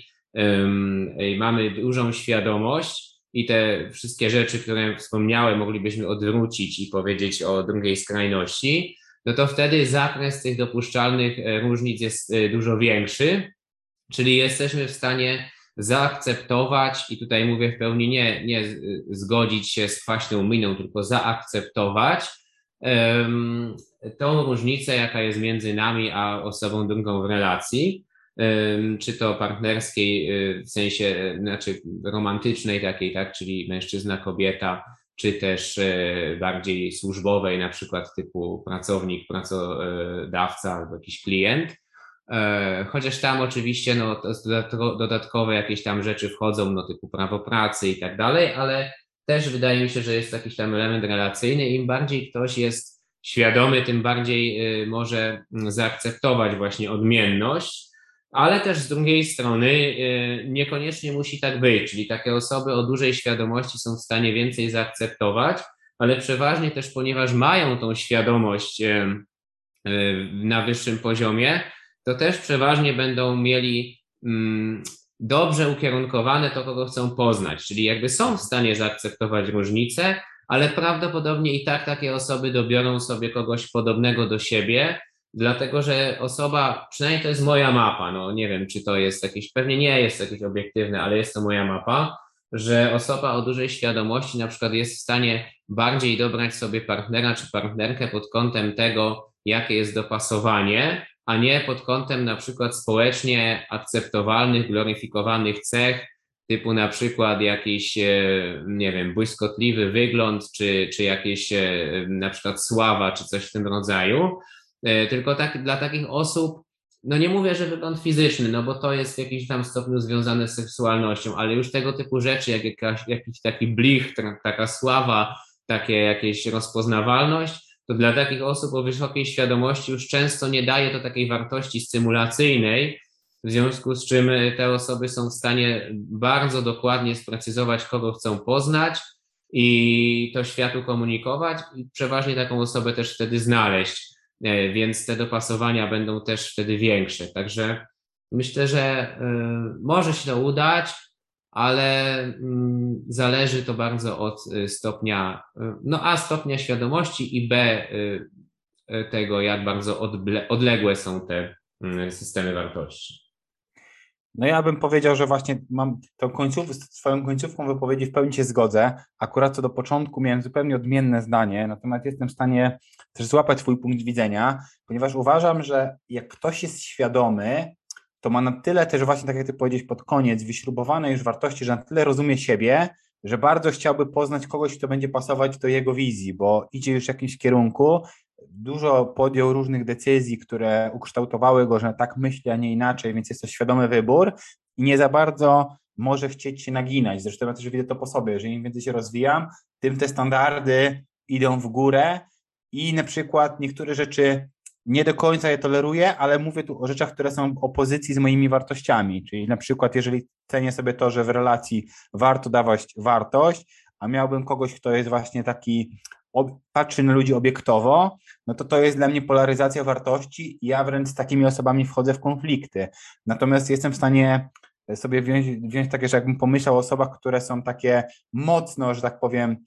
A: mamy dużą świadomość i te wszystkie rzeczy, które wspomniałem, moglibyśmy odwrócić i powiedzieć o drugiej skrajności, no to wtedy zakres tych dopuszczalnych różnic jest dużo większy, czyli jesteśmy w stanie zaakceptować, i tutaj mówię w pełni nie zgodzić się z kwaśną miną, tylko zaakceptować tą różnicę, jaka jest między nami a osobą drugą w relacji, czy to partnerskiej, w sensie, znaczy romantycznej takiej, tak, czyli mężczyzna, kobieta, czy też bardziej służbowej, na przykład typu pracownik, pracodawca albo jakiś klient. Chociaż tam oczywiście no, dodatkowe jakieś tam rzeczy wchodzą, no typu prawo pracy i tak dalej, ale też wydaje mi się, że jest jakiś tam element relacyjny. Im bardziej ktoś jest świadomy, tym bardziej może zaakceptować właśnie odmienność, ale też z drugiej strony niekoniecznie musi tak być, czyli takie osoby o dużej świadomości są w stanie więcej zaakceptować, ale przeważnie też, ponieważ mają tą świadomość na wyższym poziomie, to też przeważnie będą mieli dobrze ukierunkowane to, kogo chcą poznać, czyli jakby są w stanie zaakceptować różnice, ale prawdopodobnie i tak takie osoby dobiorą sobie kogoś podobnego do siebie, dlatego że osoba, przynajmniej to jest moja mapa, no nie wiem, czy to jest jakieś, pewnie nie jest jakieś obiektywne, ale jest to moja mapa, że osoba o dużej świadomości na przykład jest w stanie bardziej dobrać sobie partnera czy partnerkę pod kątem tego, jakie jest dopasowanie, a nie pod kątem na przykład społecznie akceptowalnych, gloryfikowanych cech, typu na przykład jakiś, nie wiem, błyskotliwy wygląd, czy jakieś na przykład sława, czy coś w tym rodzaju. Tylko tak, dla takich osób, no nie mówię, że wygląd fizyczny, no bo to jest w jakimś tam stopniu związane z seksualnością, ale już tego typu rzeczy, jak jakiś taki blichtr, taka sława, takie jakieś rozpoznawalność, to dla takich osób o wysokiej świadomości już często nie daje to takiej wartości stymulacyjnej, w związku z czym te osoby są w stanie bardzo dokładnie sprecyzować, kogo chcą poznać i to światu komunikować i przeważnie taką osobę też wtedy znaleźć, więc te dopasowania będą też wtedy większe. Także myślę, że może się to udać, ale zależy to bardzo od stopnia, no A stopnia świadomości i B tego, jak bardzo odległe są te systemy wartości.
B: No ja bym powiedział, że właśnie mam tą swoją końcówką wypowiedzi w pełni się zgodzę. Akurat co do początku miałem zupełnie odmienne zdanie, natomiast jestem w stanie też złapać twój punkt widzenia, ponieważ uważam, że jak ktoś jest świadomy, to ma na tyle też właśnie, tak jak ty powiedziałeś pod koniec, wyśrubowane już wartości, że na tyle rozumie siebie, że bardzo chciałby poznać kogoś, kto będzie pasować do jego wizji, bo idzie już w jakimś kierunku, dużo podjął różnych decyzji, które ukształtowały go, że tak myśli, a nie inaczej, więc jest to świadomy wybór i nie za bardzo może chcieć się naginać. Zresztą ja też widzę to po sobie, że im więcej się rozwijam, tym te standardy idą w górę i na przykład niektóre rzeczy nie do końca je toleruję, ale mówię tu o rzeczach, które są w opozycji z moimi wartościami, czyli na przykład jeżeli cenię sobie to, że w relacji warto dawać wartość, a miałbym kogoś, kto jest właśnie taki, patrzy na ludzi obiektowo, no to jest dla mnie polaryzacja wartości i ja wręcz z takimi osobami wchodzę w konflikty. Natomiast jestem w stanie sobie wziąć takie, że jakbym pomyślał o osobach, które są takie mocno, że tak powiem,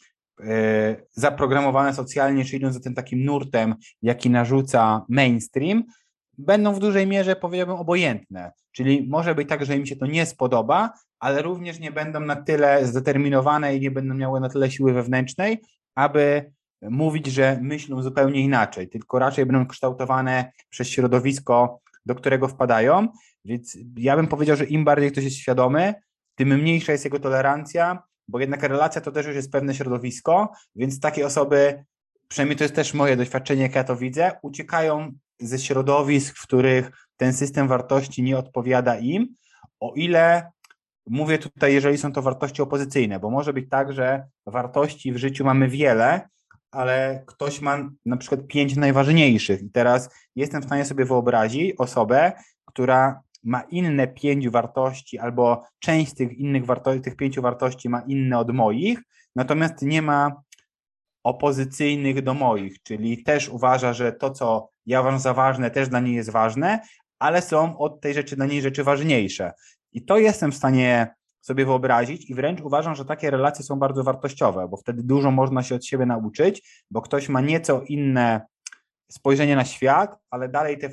B: zaprogramowane socjalnie, czy idą za tym takim nurtem, jaki narzuca mainstream, będą w dużej mierze, powiedziałbym, obojętne. Czyli może być tak, że im się to nie spodoba, ale również nie będą na tyle zdeterminowane i nie będą miały na tyle siły wewnętrznej, aby mówić, że myślą zupełnie inaczej, tylko raczej będą kształtowane przez środowisko, do którego wpadają. Więc ja bym powiedział, że im bardziej ktoś jest świadomy, tym mniejsza jest jego tolerancja, bo jednak relacja to też już jest pewne środowisko, więc takie osoby, przynajmniej to jest też moje doświadczenie, jak ja to widzę, uciekają ze środowisk, w których ten system wartości nie odpowiada im, o ile mówię tutaj, jeżeli są to wartości opozycyjne, bo może być tak, że wartości w życiu mamy wiele, ale ktoś ma na przykład 5 najważniejszych i teraz jestem w stanie sobie wyobrazić osobę, która ma inne 5 wartości albo część z tych innych wartości, tych 5 wartości ma inne od moich, natomiast nie ma opozycyjnych do moich, czyli też uważa, że to, co ja uważam za ważne, też dla niej jest ważne, ale są od tej rzeczy dla niej rzeczy ważniejsze. I to jestem w stanie sobie wyobrazić i wręcz uważam, że takie relacje są bardzo wartościowe, bo wtedy dużo można się od siebie nauczyć, bo ktoś ma nieco inne spojrzenie na świat, ale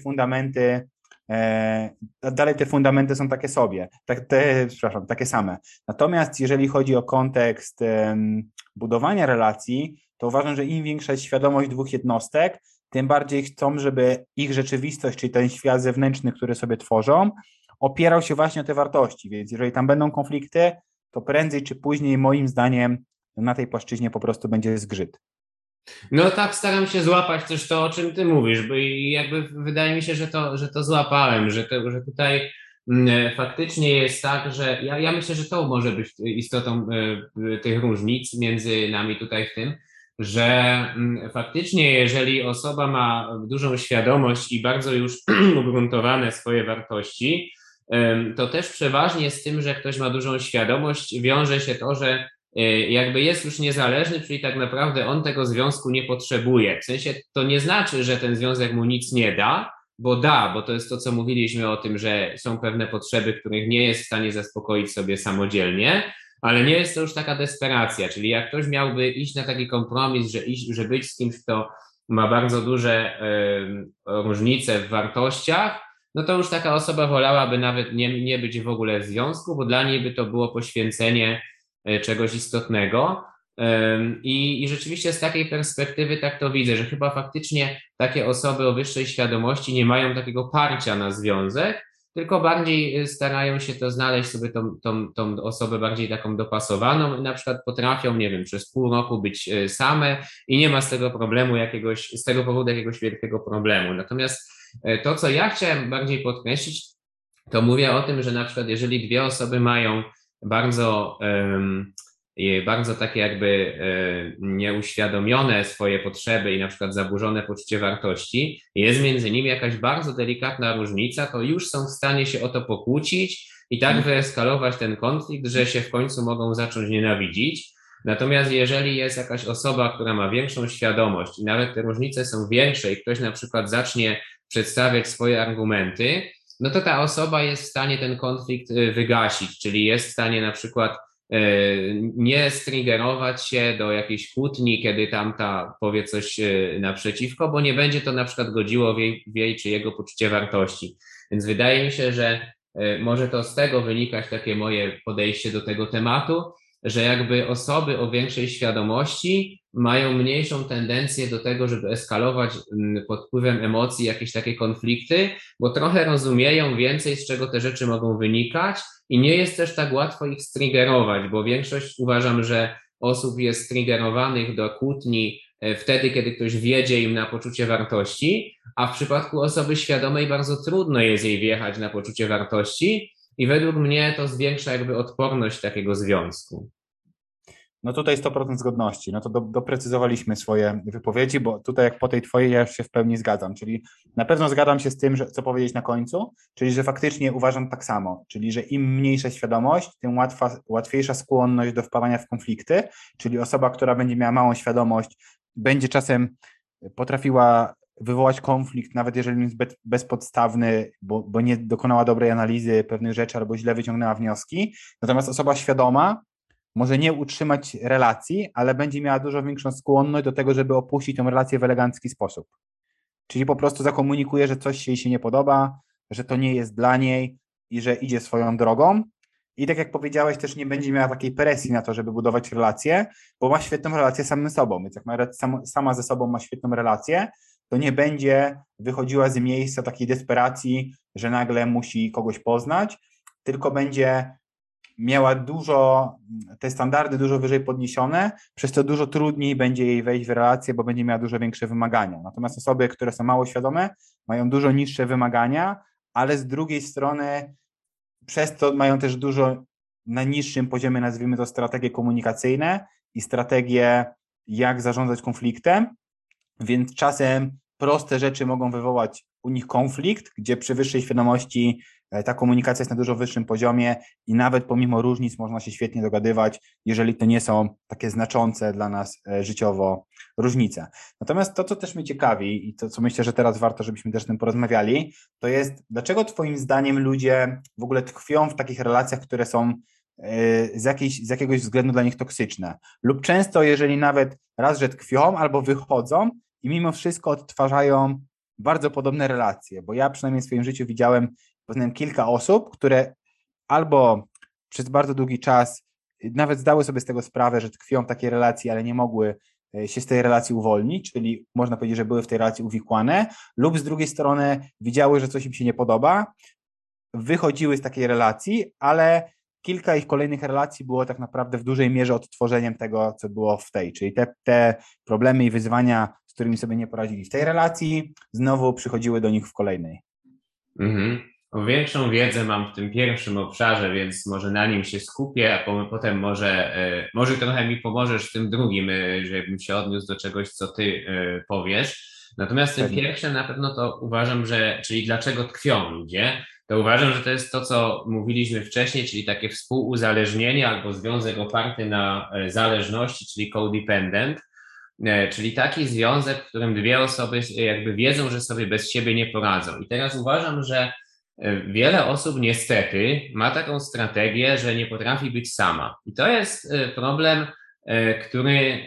B: dalej te fundamenty są takie sobie, takie same. Natomiast jeżeli chodzi o kontekst budowania relacji, to uważam, że im większa jest świadomość dwóch jednostek, tym bardziej chcą, żeby ich rzeczywistość, czyli ten świat zewnętrzny, który sobie tworzą, opierał się właśnie o te wartości, więc jeżeli tam będą konflikty, to prędzej czy później moim zdaniem na tej płaszczyźnie po prostu będzie zgrzyt.
A: No tak, staram się złapać też to, o czym ty mówisz, bo i jakby wydaje mi się, że to złapałem, że tutaj faktycznie jest tak, że ja myślę, że to może być istotą tych różnic między nami tutaj w tym, że faktycznie jeżeli osoba ma dużą świadomość i bardzo już ugruntowane swoje wartości, to też przeważnie z tym, że ktoś ma dużą świadomość, wiąże się to, że jakby jest już niezależny, czyli tak naprawdę on tego związku nie potrzebuje. W sensie to nie znaczy, że ten związek mu nic nie da, bo to jest to, co mówiliśmy o tym, że są pewne potrzeby, których nie jest w stanie zaspokoić sobie samodzielnie, ale nie jest to już taka desperacja, czyli jak ktoś miałby iść na taki kompromis, że być z kimś, kto ma bardzo duże różnice w wartościach, no to już taka osoba wolałaby nawet nie być w ogóle w związku, bo dla niej by to było poświęcenie czegoś istotnego. I rzeczywiście z takiej perspektywy tak to widzę, że chyba faktycznie takie osoby o wyższej świadomości nie mają takiego parcia na związek, tylko bardziej starają się to znaleźć sobie tą osobę bardziej taką dopasowaną i na przykład potrafią, nie wiem, przez pół roku być same i nie ma z tego problemu z tego powodu jakiegoś wielkiego problemu. Natomiast to, co ja chciałem bardziej podkreślić, to mówię o tym, że na przykład jeżeli dwie osoby mają bardzo, bardzo takie jakby nieuświadomione swoje potrzeby i na przykład zaburzone poczucie wartości, jest między nimi jakaś bardzo delikatna różnica, to już są w stanie się o to pokłócić i tak wyeskalować ten konflikt, że się w końcu mogą zacząć nienawidzić. Natomiast jeżeli jest jakaś osoba, która ma większą świadomość i nawet te różnice są większe i ktoś na przykład zacznie przedstawiać swoje argumenty, no to ta osoba jest w stanie ten konflikt wygasić, czyli jest w stanie na przykład nie striggerować się do jakiejś kłótni, kiedy tamta powie coś naprzeciwko, bo nie będzie to na przykład godziło w jej czy jego poczucie wartości. Więc wydaje mi się, że może to z tego wynikać takie moje podejście do tego tematu, że jakby osoby o większej świadomości mają mniejszą tendencję do tego, żeby eskalować pod wpływem emocji jakieś takie konflikty, bo trochę rozumieją więcej, z czego te rzeczy mogą wynikać i nie jest też tak łatwo ich striggerować, bo większość uważam, że osób jest striggerowanych do kłótni wtedy, kiedy ktoś wjedzie im na poczucie wartości, a w przypadku osoby świadomej bardzo trudno jest jej wjechać na poczucie wartości i według mnie to zwiększa jakby odporność takiego związku.
B: No tutaj 100% zgodności. No to doprecyzowaliśmy swoje wypowiedzi, bo tutaj jak po tej twojej ja już się w pełni zgadzam, czyli na pewno zgadzam się z tym, że, co powiedzieć na końcu, czyli że faktycznie uważam tak samo, czyli że im mniejsza świadomość, tym łatwiejsza skłonność do wpadania w konflikty, czyli osoba, która będzie miała małą świadomość, będzie czasem potrafiła wywołać konflikt, nawet jeżeli jest bezpodstawny, bo nie dokonała dobrej analizy pewnych rzeczy albo źle wyciągnęła wnioski, natomiast osoba świadoma może nie utrzymać relacji, ale będzie miała dużo większą skłonność do tego, żeby opuścić tę relację w elegancki sposób. Czyli po prostu zakomunikuje, że coś jej się nie podoba, że to nie jest dla niej i że idzie swoją drogą. I tak jak powiedziałeś, też nie będzie miała takiej presji na to, żeby budować relacje, bo ma świetną relację samym sobą. Więc jak sama ze sobą ma świetną relację, to nie będzie wychodziła z miejsca takiej desperacji, że nagle musi kogoś poznać, tylko będzie miała te standardy dużo wyżej podniesione, przez to dużo trudniej będzie jej wejść w relację, bo będzie miała dużo większe wymagania. Natomiast osoby, które są mało świadome, mają dużo niższe wymagania, ale z drugiej strony przez to mają też dużo na niższym poziomie, nazwijmy to, strategie komunikacyjne i strategie, jak zarządzać konfliktem, więc czasem proste rzeczy mogą wywołać u nich konflikt, gdzie przy wyższej świadomości ta komunikacja jest na dużo wyższym poziomie i nawet pomimo różnic można się świetnie dogadywać, jeżeli to nie są takie znaczące dla nas życiowo różnice. Natomiast to, co też mnie ciekawi i to, co myślę, że teraz warto, żebyśmy też o tym porozmawiali, to jest, dlaczego twoim zdaniem ludzie w ogóle tkwią w takich relacjach, które są z jakiegoś względu dla nich toksyczne, lub często, jeżeli nawet raz, że tkwią albo wychodzą i mimo wszystko odtwarzają bardzo podobne relacje, bo ja przynajmniej w swoim życiu poznałem kilka osób, które albo przez bardzo długi czas nawet zdały sobie z tego sprawę, że tkwią w takiej relacji, ale nie mogły się z tej relacji uwolnić, czyli można powiedzieć, że były w tej relacji uwikłane, lub z drugiej strony widziały, że coś im się nie podoba, wychodziły z takiej relacji, ale kilka ich kolejnych relacji było tak naprawdę w dużej mierze odtworzeniem tego, co było w tej, czyli te problemy i wyzwania, z którymi sobie nie poradzili w tej relacji, znowu przychodziły do nich w kolejnej.
A: Mhm. Większą wiedzę mam w tym pierwszym obszarze, więc może na nim się skupię, a potem może trochę mi pomożesz w tym drugim, żebym się odniósł do czegoś, co ty powiesz. Natomiast w tym
B: Pewnie.
A: pierwszym na pewno to uważam, czyli dlaczego tkwią ludzie, to uważam, że to jest to, co mówiliśmy wcześniej, czyli takie współuzależnienie albo związek oparty na zależności, czyli codependent, czyli taki związek, w którym dwie osoby jakby wiedzą, że sobie bez siebie nie poradzą. I teraz uważam, że wiele osób niestety ma taką strategię, że nie potrafi być sama. I to jest problem, który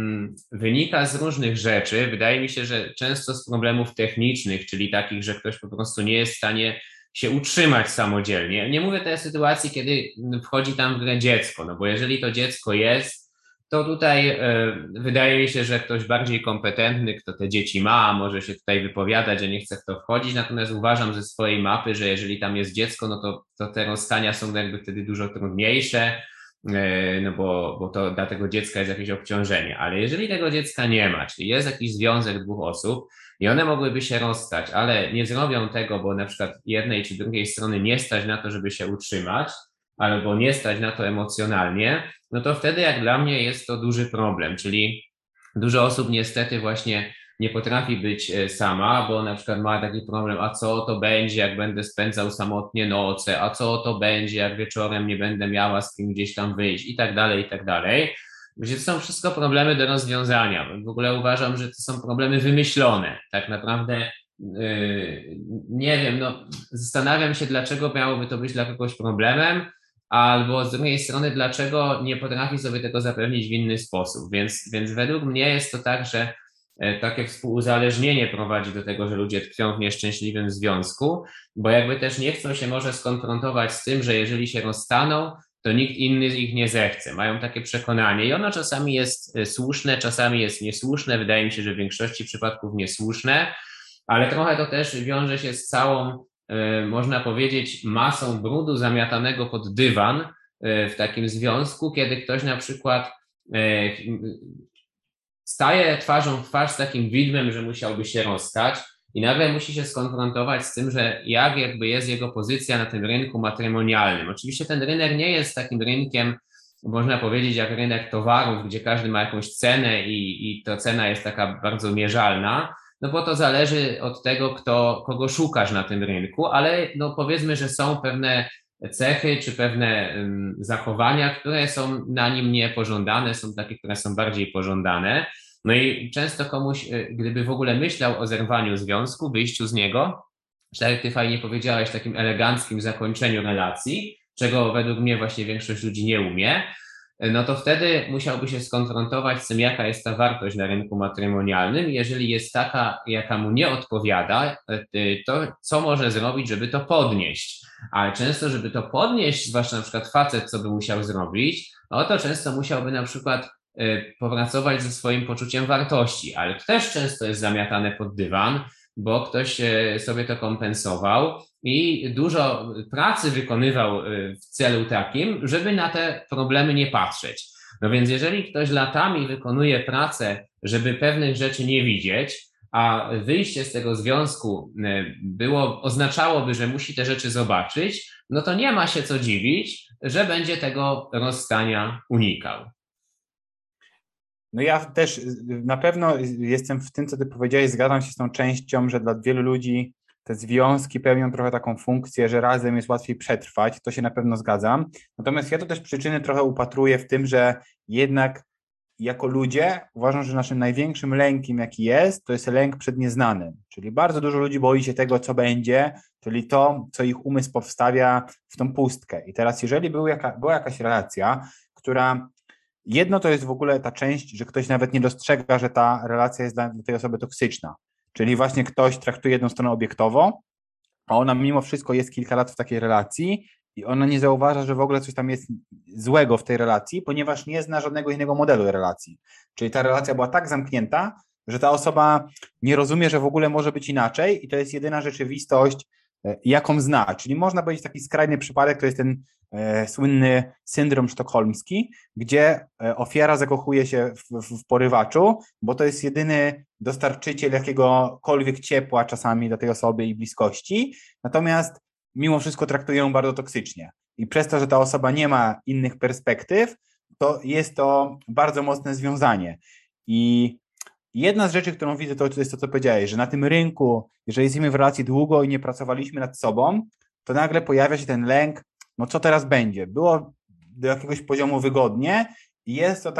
A: wynika z różnych rzeczy. Wydaje mi się, że często z problemów technicznych, czyli takich, że ktoś po prostu nie jest w stanie się utrzymać samodzielnie. Nie mówię tej sytuacji, kiedy wchodzi tam w grę dziecko, no bo jeżeli to dziecko jest, to tutaj wydaje mi się, że ktoś bardziej kompetentny, kto te dzieci ma, może się tutaj wypowiadać, że nie chce w to wchodzić, natomiast uważam ze swojej mapy, że jeżeli tam jest dziecko, no to te rozstania są jakby wtedy dużo trudniejsze, no bo to dla tego dziecka jest jakieś obciążenie, ale jeżeli tego dziecka nie ma, czyli jest jakiś związek dwóch osób i one mogłyby się rozstać, ale nie zrobią tego, bo na przykład jednej czy drugiej strony nie stać na to, żeby się utrzymać, albo nie stać na to emocjonalnie, no to wtedy jak dla mnie jest to duży problem, czyli dużo osób niestety właśnie nie potrafi być sama, bo na przykład ma taki problem, a co to będzie, jak będę spędzał samotnie noce, a co to będzie, jak wieczorem nie będę miała z kim gdzieś tam wyjść i tak dalej, i tak dalej. Gdzie to są wszystko problemy do rozwiązania. W ogóle uważam, że to są problemy wymyślone. Tak naprawdę nie wiem, no zastanawiam się, dlaczego miałoby to być dla kogoś problemem, albo z drugiej strony, dlaczego nie potrafi sobie tego zapewnić w inny sposób. Więc według mnie jest to tak, że takie współuzależnienie prowadzi do tego, że ludzie tkwią w nieszczęśliwym związku, bo jakby też nie chcą się może skonfrontować z tym, że jeżeli się rozstaną, to nikt inny ich nie zechce. Mają takie przekonanie i ono czasami jest słuszne, czasami jest niesłuszne. Wydaje mi się, że w większości przypadków niesłuszne, ale trochę to też wiąże się z całą, można powiedzieć, masą brudu zamiatanego pod dywan w takim związku, kiedy ktoś na przykład staje twarzą w twarz z takim widmem, że musiałby się rozstać i nagle musi się skonfrontować z tym, że jak jakby jest jego pozycja na tym rynku matrymonialnym. Oczywiście ten rynek nie jest takim rynkiem, można powiedzieć, jak rynek towarów, gdzie każdy ma jakąś cenę i ta cena jest taka bardzo mierzalna, no bo to zależy od tego, kogo szukasz na tym rynku, ale no powiedzmy, że są pewne cechy czy pewne zachowania, które są na nim niepożądane, są takie, które są bardziej pożądane. No i często komuś, gdyby w ogóle myślał o zerwaniu związku, wyjściu z niego, czy tak jak ty fajnie powiedziałeś, takim eleganckim zakończeniu relacji, czego według mnie właśnie większość ludzi nie umie, no to wtedy musiałby się skonfrontować z tym, jaka jest ta wartość na rynku matrymonialnym. Jeżeli jest taka, jaka mu nie odpowiada, to co może zrobić, żeby to podnieść? Ale często, żeby to podnieść, zwłaszcza na przykład facet, co by musiał zrobić, no to często musiałby na przykład popracować ze swoim poczuciem wartości, ale to też często jest zamiatane pod dywan, bo ktoś sobie to kompensował i dużo pracy wykonywał w celu takim, żeby na te problemy nie patrzeć. No więc jeżeli ktoś latami wykonuje pracę, żeby pewnych rzeczy nie widzieć, a wyjście z tego związku oznaczałoby, że musi te rzeczy zobaczyć, no to nie ma się co dziwić, że będzie tego rozstania unikał.
B: No ja też na pewno jestem w tym, co ty powiedziałeś, zgadzam się z tą częścią, że dla wielu ludzi te związki pełnią trochę taką funkcję, że razem jest łatwiej przetrwać, to się na pewno zgadzam. Natomiast ja to też przyczyny trochę upatruję w tym, że jednak jako ludzie uważam, że naszym największym lękiem, jaki jest, to jest lęk przed nieznanym. Czyli bardzo dużo ludzi boi się tego, co będzie, czyli to, co ich umysł powstawia w tą pustkę. I teraz, jeżeli była jakaś relacja, która jedno to jest w ogóle ta część, że ktoś nawet nie dostrzega, że ta relacja jest dla tej osoby toksyczna. Czyli właśnie ktoś traktuje jedną stronę obiektowo, a ona mimo wszystko jest kilka lat w takiej relacji i ona nie zauważa, że w ogóle coś tam jest złego w tej relacji, ponieważ nie zna żadnego innego modelu relacji. Czyli ta relacja była tak zamknięta, że ta osoba nie rozumie, że w ogóle może być inaczej i to jest jedyna rzeczywistość, jaką zna. Czyli można powiedzieć taki skrajny przypadek, to jest ten słynny syndrom sztokholmski, gdzie ofiara zakochuje się w porywaczu, bo to jest jedyny dostarczyciel jakiegokolwiek ciepła czasami dla tej osoby i bliskości, natomiast mimo wszystko traktuje ją bardzo toksycznie. I przez to, że ta osoba nie ma innych perspektyw, to jest to bardzo mocne związanie. I jedna z rzeczy, którą widzę, to jest to, co powiedziałeś, że na tym rynku, jeżeli jesteśmy w relacji długo i nie pracowaliśmy nad sobą, to nagle pojawia się ten lęk, no co teraz będzie? Było do jakiegoś poziomu wygodnie i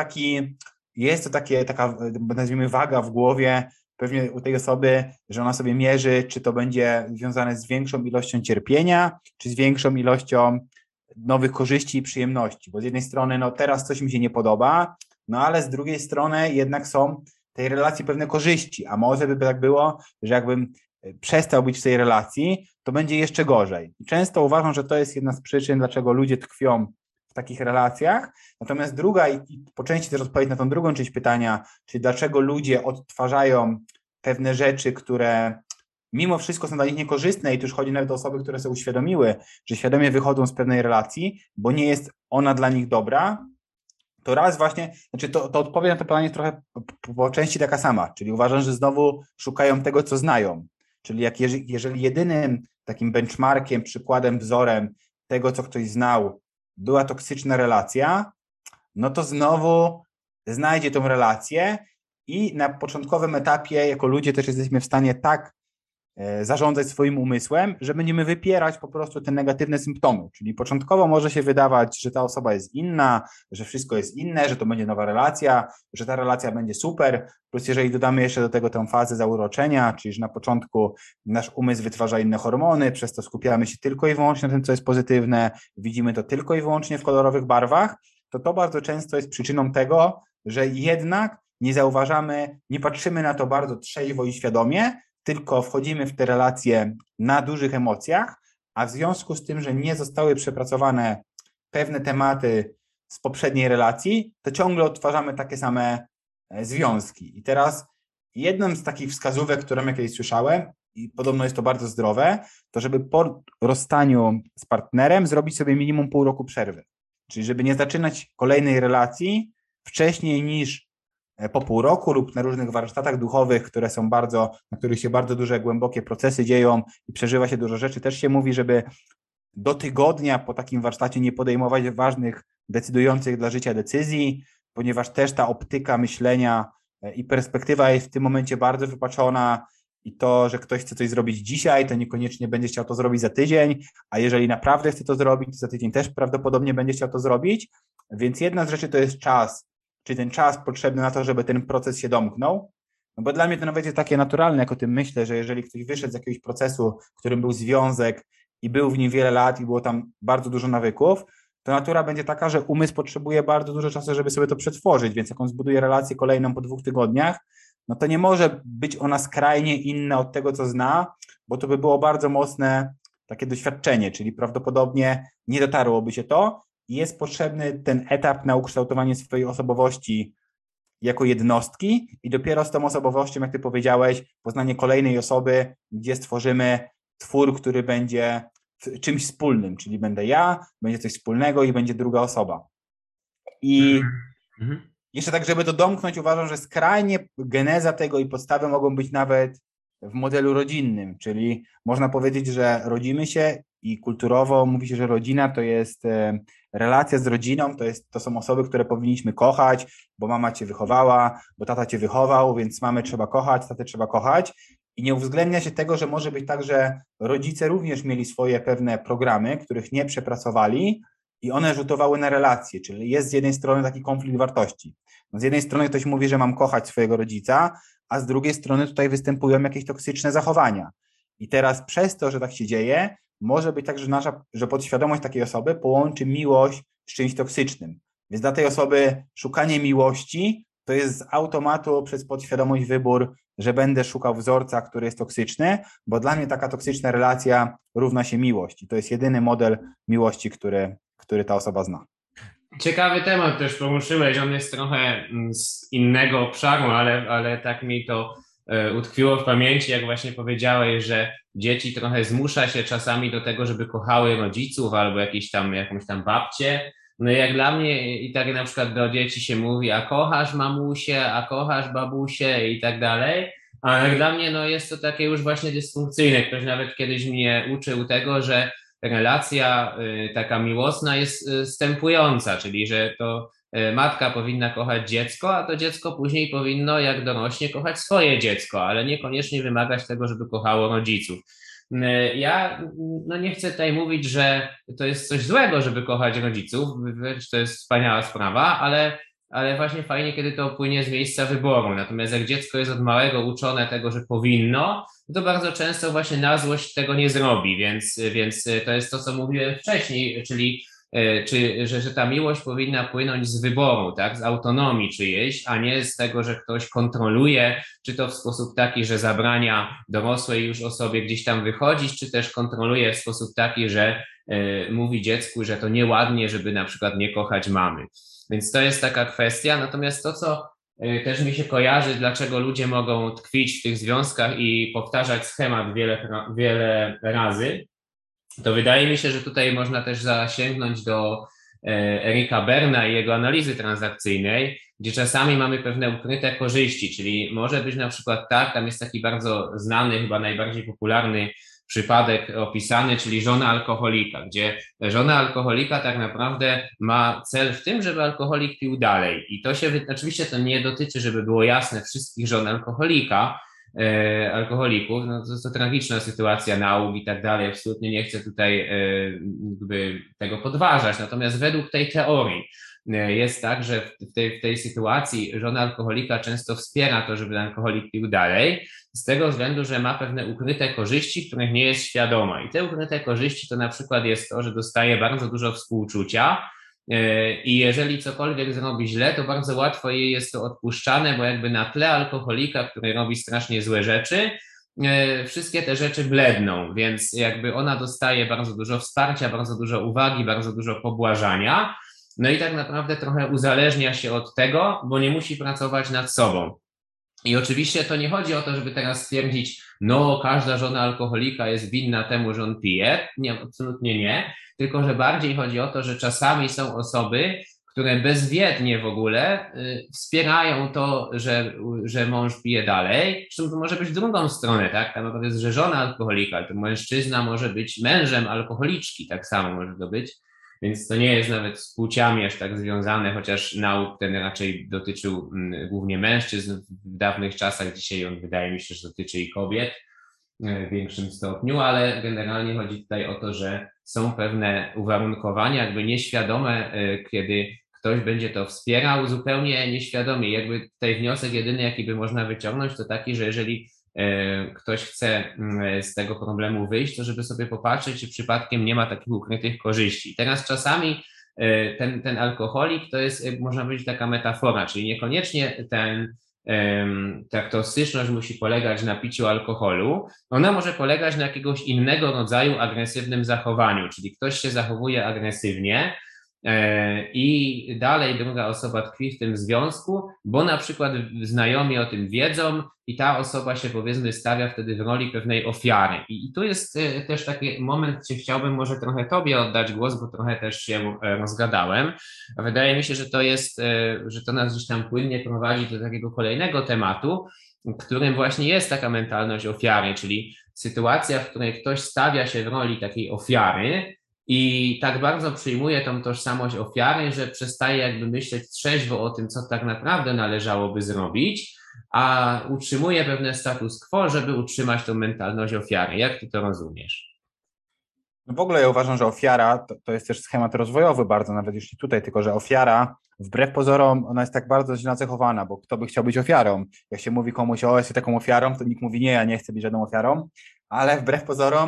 B: jest to taka, nazwijmy, waga w głowie, pewnie u tej osoby, że ona sobie mierzy, czy to będzie związane z większą ilością cierpienia, czy z większą ilością nowych korzyści i przyjemności. Bo z jednej strony, no teraz coś mi się nie podoba, no ale z drugiej strony jednak są tej relacji pewne korzyści, a może by tak było, że jakbym przestał być w tej relacji, to będzie jeszcze gorzej. I często uważam, że to jest jedna z przyczyn, dlaczego ludzie tkwią w takich relacjach. Natomiast druga, i po części też odpowiedź na tą drugą część pytania, czyli dlaczego ludzie odtwarzają pewne rzeczy, które mimo wszystko są dla nich niekorzystne i tu już chodzi nawet o osoby, które sobie uświadomiły, że świadomie wychodzą z pewnej relacji, bo nie jest ona dla nich dobra, to raz właśnie, znaczy to odpowiedź na to pytanie jest trochę po części taka sama, czyli uważam, że znowu szukają tego, co znają. Czyli jeżeli jedynym takim benchmarkiem, przykładem, wzorem tego, co ktoś znał, była toksyczna relacja, no to znowu znajdzie tą relację i na początkowym etapie jako ludzie też jesteśmy w stanie tak zarządzać swoim umysłem, że będziemy wypierać po prostu te negatywne symptomy. Czyli początkowo może się wydawać, że ta osoba jest inna, że wszystko jest inne, że to będzie nowa relacja, że ta relacja będzie super, plus jeżeli dodamy jeszcze do tego tę fazę zauroczenia, czyli że na początku nasz umysł wytwarza inne hormony, przez to skupiamy się tylko i wyłącznie na tym, co jest pozytywne, widzimy to tylko i wyłącznie w kolorowych barwach, to bardzo często jest przyczyną tego, że jednak nie zauważamy, nie patrzymy na to bardzo trzeźwo i świadomie, tylko wchodzimy w te relacje na dużych emocjach, a w związku z tym, że nie zostały przepracowane pewne tematy z poprzedniej relacji, to ciągle odtwarzamy takie same związki. I teraz jedną z takich wskazówek, którą ja kiedyś słyszałem, i podobno jest to bardzo zdrowe, to żeby po rozstaniu z partnerem zrobić sobie minimum pół roku przerwy. Czyli żeby nie zaczynać kolejnej relacji wcześniej niż po pół roku lub na różnych warsztatach duchowych, na których się bardzo duże, głębokie procesy dzieją i przeżywa się dużo rzeczy, też się mówi, żeby do tygodnia po takim warsztacie nie podejmować ważnych, decydujących dla życia decyzji, ponieważ też ta optyka myślenia i perspektywa jest w tym momencie bardzo wypaczona i to, że ktoś chce coś zrobić dzisiaj, to niekoniecznie będzie chciał to zrobić za tydzień, a jeżeli naprawdę chce to zrobić, to za tydzień też prawdopodobnie będzie chciał to zrobić, więc jedna z rzeczy to jest czas, czyli ten czas potrzebny na to, żeby ten proces się domknął. No bo dla mnie to nawet jest takie naturalne, jak o tym myślę, że jeżeli ktoś wyszedł z jakiegoś procesu, w którym był związek i był w nim wiele lat i było tam bardzo dużo nawyków, to natura będzie taka, że umysł potrzebuje bardzo dużo czasu, żeby sobie to przetworzyć, więc jak on zbuduje relację kolejną po 2 tygodniach, no to nie może być ona skrajnie inna od tego, co zna, bo to by było bardzo mocne takie doświadczenie, czyli prawdopodobnie nie dotarłoby się to, jest potrzebny ten etap na ukształtowanie swojej osobowości jako jednostki i dopiero z tą osobowością, jak ty powiedziałeś, poznanie kolejnej osoby, gdzie stworzymy twór, który będzie czymś wspólnym, czyli będę ja, będzie coś wspólnego i będzie druga osoba. I jeszcze tak, żeby to domknąć, uważam, że skrajnie geneza tego i podstawy mogą być nawet w modelu rodzinnym, czyli można powiedzieć, że rodzimy się i kulturowo mówi się, że rodzina to jest relacja z rodziną, to są osoby, które powinniśmy kochać, bo mama cię wychowała, bo tata cię wychował, więc mamy trzeba kochać, tatę trzeba kochać i nie uwzględnia się tego, że może być tak, że rodzice również mieli swoje pewne programy, których nie przepracowali i one rzutowały na relacje, czyli jest z jednej strony taki konflikt wartości. No z jednej strony ktoś mówi, że mam kochać swojego rodzica, a z drugiej strony tutaj występują jakieś toksyczne zachowania. I teraz przez to, że tak się dzieje, może być tak, że podświadomość takiej osoby połączy miłość z czymś toksycznym. Więc dla tej osoby szukanie miłości to jest z automatu przez podświadomość wybór, że będę szukał wzorca, który jest toksyczny, bo dla mnie taka toksyczna relacja równa się miłość i to jest jedyny model miłości, który ta osoba zna.
A: Ciekawy temat też poruszyłeś, on jest trochę z innego obszaru, ale tak mi to utkwiło w pamięci, jak właśnie powiedziałeś, że dzieci trochę zmusza się czasami do tego, żeby kochały rodziców albo jakąś tam babcię. No i jak dla mnie i tak na przykład do dzieci się mówi, a kochasz mamusię, a kochasz babusię i tak dalej, a jak dla mnie no jest to takie już właśnie dysfunkcyjne. Ktoś nawet kiedyś mnie uczył tego, że relacja taka miłosna jest stępująca, czyli że to matka powinna kochać dziecko, a to dziecko później powinno, jak dorośnie, kochać swoje dziecko, ale niekoniecznie wymagać tego, żeby kochało rodziców. Ja no nie chcę tutaj mówić, że to jest coś złego, żeby kochać rodziców, wręcz to jest wspaniała sprawa, ale właśnie fajnie, kiedy to płynie z miejsca wyboru. Natomiast jak dziecko jest od małego uczone tego, że powinno, to bardzo często właśnie na złość tego nie zrobi, więc to jest to, co mówiłem wcześniej, czyli że ta miłość powinna płynąć z wyboru, tak, z autonomii czyjejś, a nie z tego, że ktoś kontroluje, czy to w sposób taki, że zabrania dorosłej już osobie gdzieś tam wychodzić, czy też kontroluje w sposób taki, że mówi dziecku, że to nieładnie, żeby na przykład nie kochać mamy. Więc to jest taka kwestia, natomiast to, co też mi się kojarzy, dlaczego ludzie mogą tkwić w tych związkach i powtarzać schemat wiele razy, to wydaje mi się, że tutaj można też zasięgnąć do Erika Berna i jego analizy transakcyjnej, gdzie czasami mamy pewne ukryte korzyści, czyli może być na przykład tak, tam jest taki bardzo znany, chyba najbardziej popularny przypadek opisany, czyli żona alkoholika, gdzie żona alkoholika tak naprawdę ma cel w tym, żeby alkoholik pił dalej. I to się, oczywiście to nie dotyczy, żeby było jasne, wszystkich żon alkoholików, no to tragiczna sytuacja nauk i tak dalej, absolutnie nie chcę tutaj jakby tego podważać, natomiast według tej teorii jest tak, że w tej sytuacji żona alkoholika często wspiera to, żeby alkoholik pił dalej, z tego względu, że ma pewne ukryte korzyści, których nie jest świadoma i te ukryte korzyści to na przykład jest to, że dostaje bardzo dużo współczucia, i jeżeli cokolwiek zrobi źle, to bardzo łatwo jej jest to odpuszczane, bo jakby na tle alkoholika, który robi strasznie złe rzeczy, wszystkie te rzeczy bledną, więc jakby ona dostaje bardzo dużo wsparcia, bardzo dużo uwagi, bardzo dużo pobłażania, no i tak naprawdę trochę uzależnia się od tego, bo nie musi pracować nad sobą. I oczywiście to nie chodzi o to, żeby teraz stwierdzić, no każda żona alkoholika jest winna temu, że on pije. Nie, absolutnie nie. Tylko, że bardziej chodzi o to, że czasami są osoby, które bezwiednie w ogóle wspierają to, że mąż pije dalej. Zresztą to może być w drugą stronę, tak? Tam jest, że żona alkoholika, ale to mężczyzna może być mężem alkoholiczki, tak samo może to być. Więc to nie jest nawet z płciami aż tak związane, chociaż nauk ten raczej dotyczył głównie mężczyzn w dawnych czasach. Dzisiaj on wydaje mi się, że dotyczy i kobiet w większym stopniu, ale generalnie chodzi tutaj o to, że są pewne uwarunkowania jakby nieświadome, kiedy ktoś będzie to wspierał zupełnie nieświadomie. Jakby tutaj wniosek jedyny, jaki by można wyciągnąć, to taki, że jeżeli ktoś chce z tego problemu wyjść, to żeby sobie popatrzeć, czy przypadkiem nie ma takich ukrytych korzyści. Teraz czasami ten alkoholik to jest, można powiedzieć, taka metafora, czyli niekoniecznie ta toksyczność musi polegać na piciu alkoholu, ona może polegać na jakiegoś innego rodzaju agresywnym zachowaniu, czyli ktoś się zachowuje agresywnie, i dalej druga osoba tkwi w tym związku, bo na przykład znajomi o tym wiedzą i ta osoba się powiedzmy stawia wtedy w roli pewnej ofiary. I tu jest też taki moment, gdzie chciałbym może trochę Tobie oddać głos, bo trochę też się rozgadałem. Wydaje mi się, że to jest, że to nas gdzieś tam płynnie prowadzi do takiego kolejnego tematu, którym właśnie jest taka mentalność ofiary, czyli sytuacja, w której ktoś stawia się w roli takiej ofiary, i tak bardzo przyjmuje tą tożsamość ofiary, że przestaje jakby myśleć trzeźwo o tym, co tak naprawdę należałoby zrobić, a utrzymuje pewne status quo, żeby utrzymać tą mentalność ofiary. Jak ty to rozumiesz?
B: No w ogóle ja uważam, że ofiara to jest też schemat rozwojowy bardzo, nawet jeśli tutaj, tylko że ofiara, wbrew pozorom, ona jest tak bardzo źle nacechowana, bo kto by chciał być ofiarą? Jak się mówi komuś, o, jesteś taką ofiarą, to nikt mówi, nie, ja nie chcę być żadną ofiarą, ale wbrew pozorom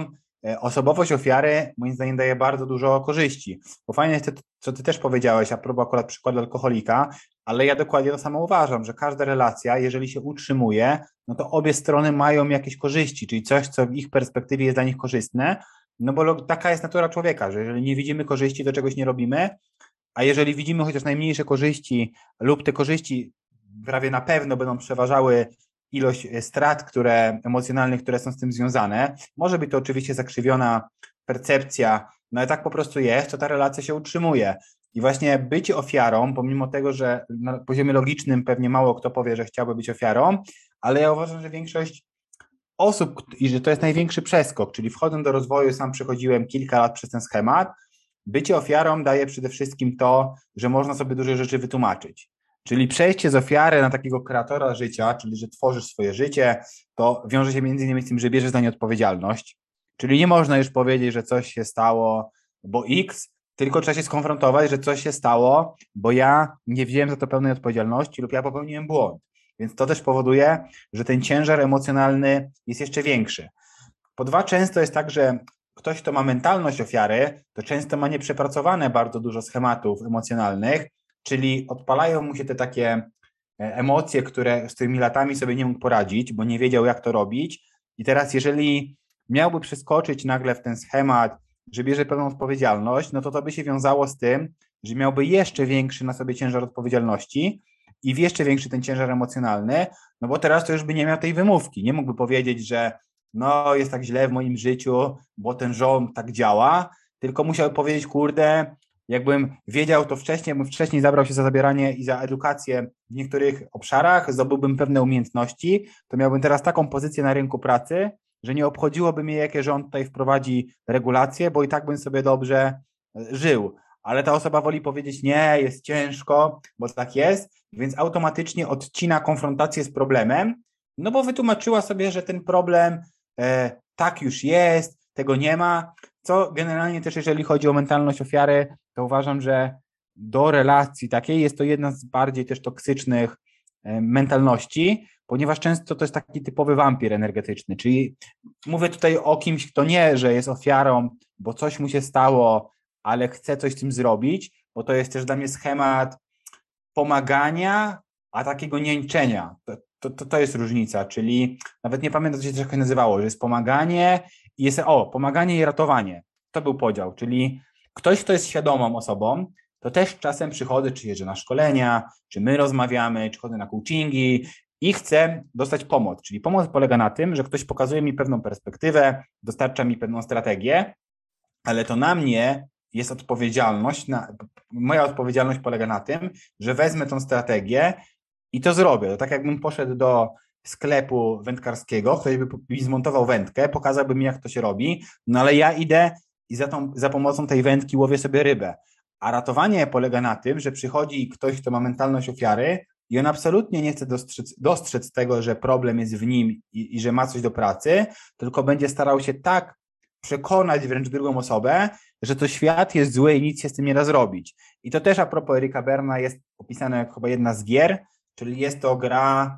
B: osobowość ofiary moim zdaniem daje bardzo dużo korzyści. Bo fajnie jest to, co ty też powiedziałeś, a propos akurat przykładu alkoholika, ale ja dokładnie to samo uważam, że każda relacja, jeżeli się utrzymuje, no to obie strony mają jakieś korzyści, czyli coś, co w ich perspektywie jest dla nich korzystne, no bo taka jest natura człowieka, że jeżeli nie widzimy korzyści, to czegoś nie robimy, a jeżeli widzimy chociaż najmniejsze korzyści lub te korzyści prawie na pewno będą przeważały ilość strat emocjonalnych, które są z tym związane, może być to oczywiście zakrzywiona percepcja, no ale tak po prostu jest, to ta relacja się utrzymuje. I właśnie bycie ofiarą, pomimo tego, że na poziomie logicznym pewnie mało kto powie, że chciałby być ofiarą, ale ja uważam, że większość osób, i że to jest największy przeskok, czyli wchodząc do rozwoju, sam przechodziłem kilka lat przez ten schemat, bycie ofiarą daje przede wszystkim to, że można sobie dużo rzeczy wytłumaczyć. Czyli przejście z ofiary na takiego kreatora życia, czyli że tworzysz swoje życie, to wiąże się między innymi z tym, że bierzesz za nie odpowiedzialność. Czyli nie można już powiedzieć, że coś się stało, bo X, tylko trzeba się skonfrontować, że coś się stało, bo ja nie wziąłem za to pełnej odpowiedzialności lub ja popełniłem błąd. Więc to też powoduje, że ten ciężar emocjonalny jest jeszcze większy. Po dwa, często jest tak, że ktoś, kto ma mentalność ofiary, to często ma nieprzepracowane bardzo dużo schematów emocjonalnych, czyli odpalają mu się te takie emocje, z którymi latami sobie nie mógł poradzić, bo nie wiedział, jak to robić. I teraz, jeżeli miałby przeskoczyć nagle w ten schemat, że bierze pełną odpowiedzialność, no to by się wiązało z tym, że miałby jeszcze większy na sobie ciężar odpowiedzialności i jeszcze większy ten ciężar emocjonalny, no bo teraz to już by nie miał tej wymówki. Nie mógłby powiedzieć, że no jest tak źle w moim życiu, bo ten rząd tak działa, tylko musiał powiedzieć, kurde, jakbym wiedział to wcześniej, jakbym wcześniej zabrał się za zabieranie i za edukację w niektórych obszarach, zdobyłbym pewne umiejętności, to miałbym teraz taką pozycję na rynku pracy, że nie obchodziłoby mnie, jakie rząd tutaj wprowadzi regulacje, bo i tak bym sobie dobrze żył. Ale ta osoba woli powiedzieć, nie, jest ciężko, bo tak jest, więc automatycznie odcina konfrontację z problemem, no bo wytłumaczyła sobie, że ten problem tak już jest, tego nie ma, co generalnie też jeżeli chodzi o mentalność ofiary, to uważam, że do relacji takiej jest to jedna z bardziej też toksycznych mentalności, ponieważ często to jest taki typowy wampir energetyczny, czyli mówię tutaj o kimś, kto nie, że jest ofiarą, bo coś mu się stało, ale chce coś z tym zrobić, bo to jest też dla mnie schemat pomagania, a takiego niańczenia. To jest różnica, czyli nawet nie pamiętam, co się trochę nazywało, że jest pomaganie i jest, pomaganie i ratowanie. To był podział, czyli ktoś, kto jest świadomą osobą, to też czasem przychodzę, czy jeżdżę na szkolenia, czy my rozmawiamy, czy chodzę na coachingi i chcę dostać pomoc. Czyli pomoc polega na tym, że ktoś pokazuje mi pewną perspektywę, dostarcza mi pewną strategię, ale to na mnie jest odpowiedzialność, moja odpowiedzialność polega na tym, że wezmę tą strategię i to zrobię. To tak jakbym poszedł do sklepu wędkarskiego, ktoś by mi zmontował wędkę, pokazałby mi, jak to się robi, no ale ja idę i za pomocą tej wędki łowię sobie rybę. A ratowanie polega na tym, że przychodzi ktoś, kto ma mentalność ofiary i on absolutnie nie chce dostrzec tego, że problem jest w nim i że ma coś do pracy, tylko będzie starał się tak przekonać wręcz drugą osobę, że to świat jest zły i nic się z tym nie da zrobić. I to też a propos Erika Berna jest opisane jako chyba jedna z gier, czyli jest to gra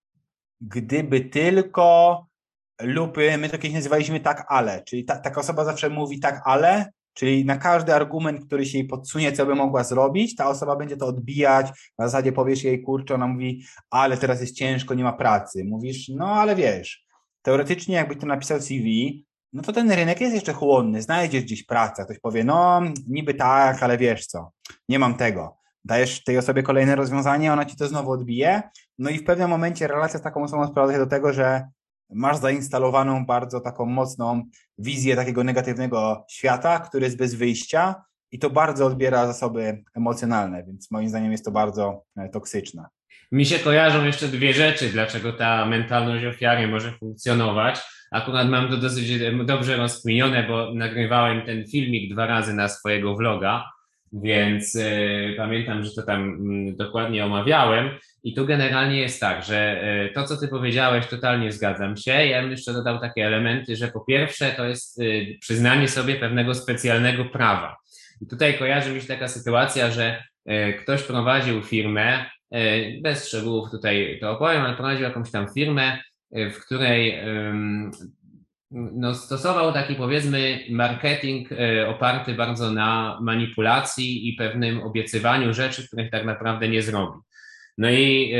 B: gdyby tylko lub my to kiedyś nazywaliśmy tak, ale, czyli taka osoba zawsze mówi tak, ale, czyli na każdy argument, który się jej podsunie, co by mogła zrobić, ta osoba będzie to odbijać, na zasadzie powiesz jej, kurczę, ona mówi, ale teraz jest ciężko, nie ma pracy. Mówisz, no ale wiesz, teoretycznie jakbyś to napisał CV, no to ten rynek jest jeszcze chłonny, znajdziesz gdzieś pracę, ktoś powie, no niby tak, ale wiesz co, nie mam tego. Dajesz tej osobie kolejne rozwiązanie, ona ci to znowu odbije, no i w pewnym momencie relacja z taką osobą sprowadza się do tego, że masz zainstalowaną bardzo taką mocną wizję takiego negatywnego świata, który jest bez wyjścia i to bardzo odbiera zasoby emocjonalne, więc moim zdaniem jest to bardzo toksyczne.
A: Mi się kojarzą jeszcze dwie rzeczy, dlaczego ta mentalność ofiary może funkcjonować. Akurat mam to dosyć dobrze rozkminione, bo nagrywałem ten filmik 2 razy na swojego vloga, więc pamiętam, że to tam dokładnie omawiałem. I tu generalnie jest tak, że to, co ty powiedziałeś, totalnie zgadzam się. Ja bym jeszcze dodał takie elementy, że po pierwsze to jest przyznanie sobie pewnego specjalnego prawa. I tutaj kojarzy mi się taka sytuacja, że ktoś prowadził firmę, bez szczegółów tutaj to opowiem, ale prowadził jakąś tam firmę, w której no, stosował taki, powiedzmy, marketing oparty bardzo na manipulacji i pewnym obiecywaniu rzeczy, których tak naprawdę nie zrobi. No i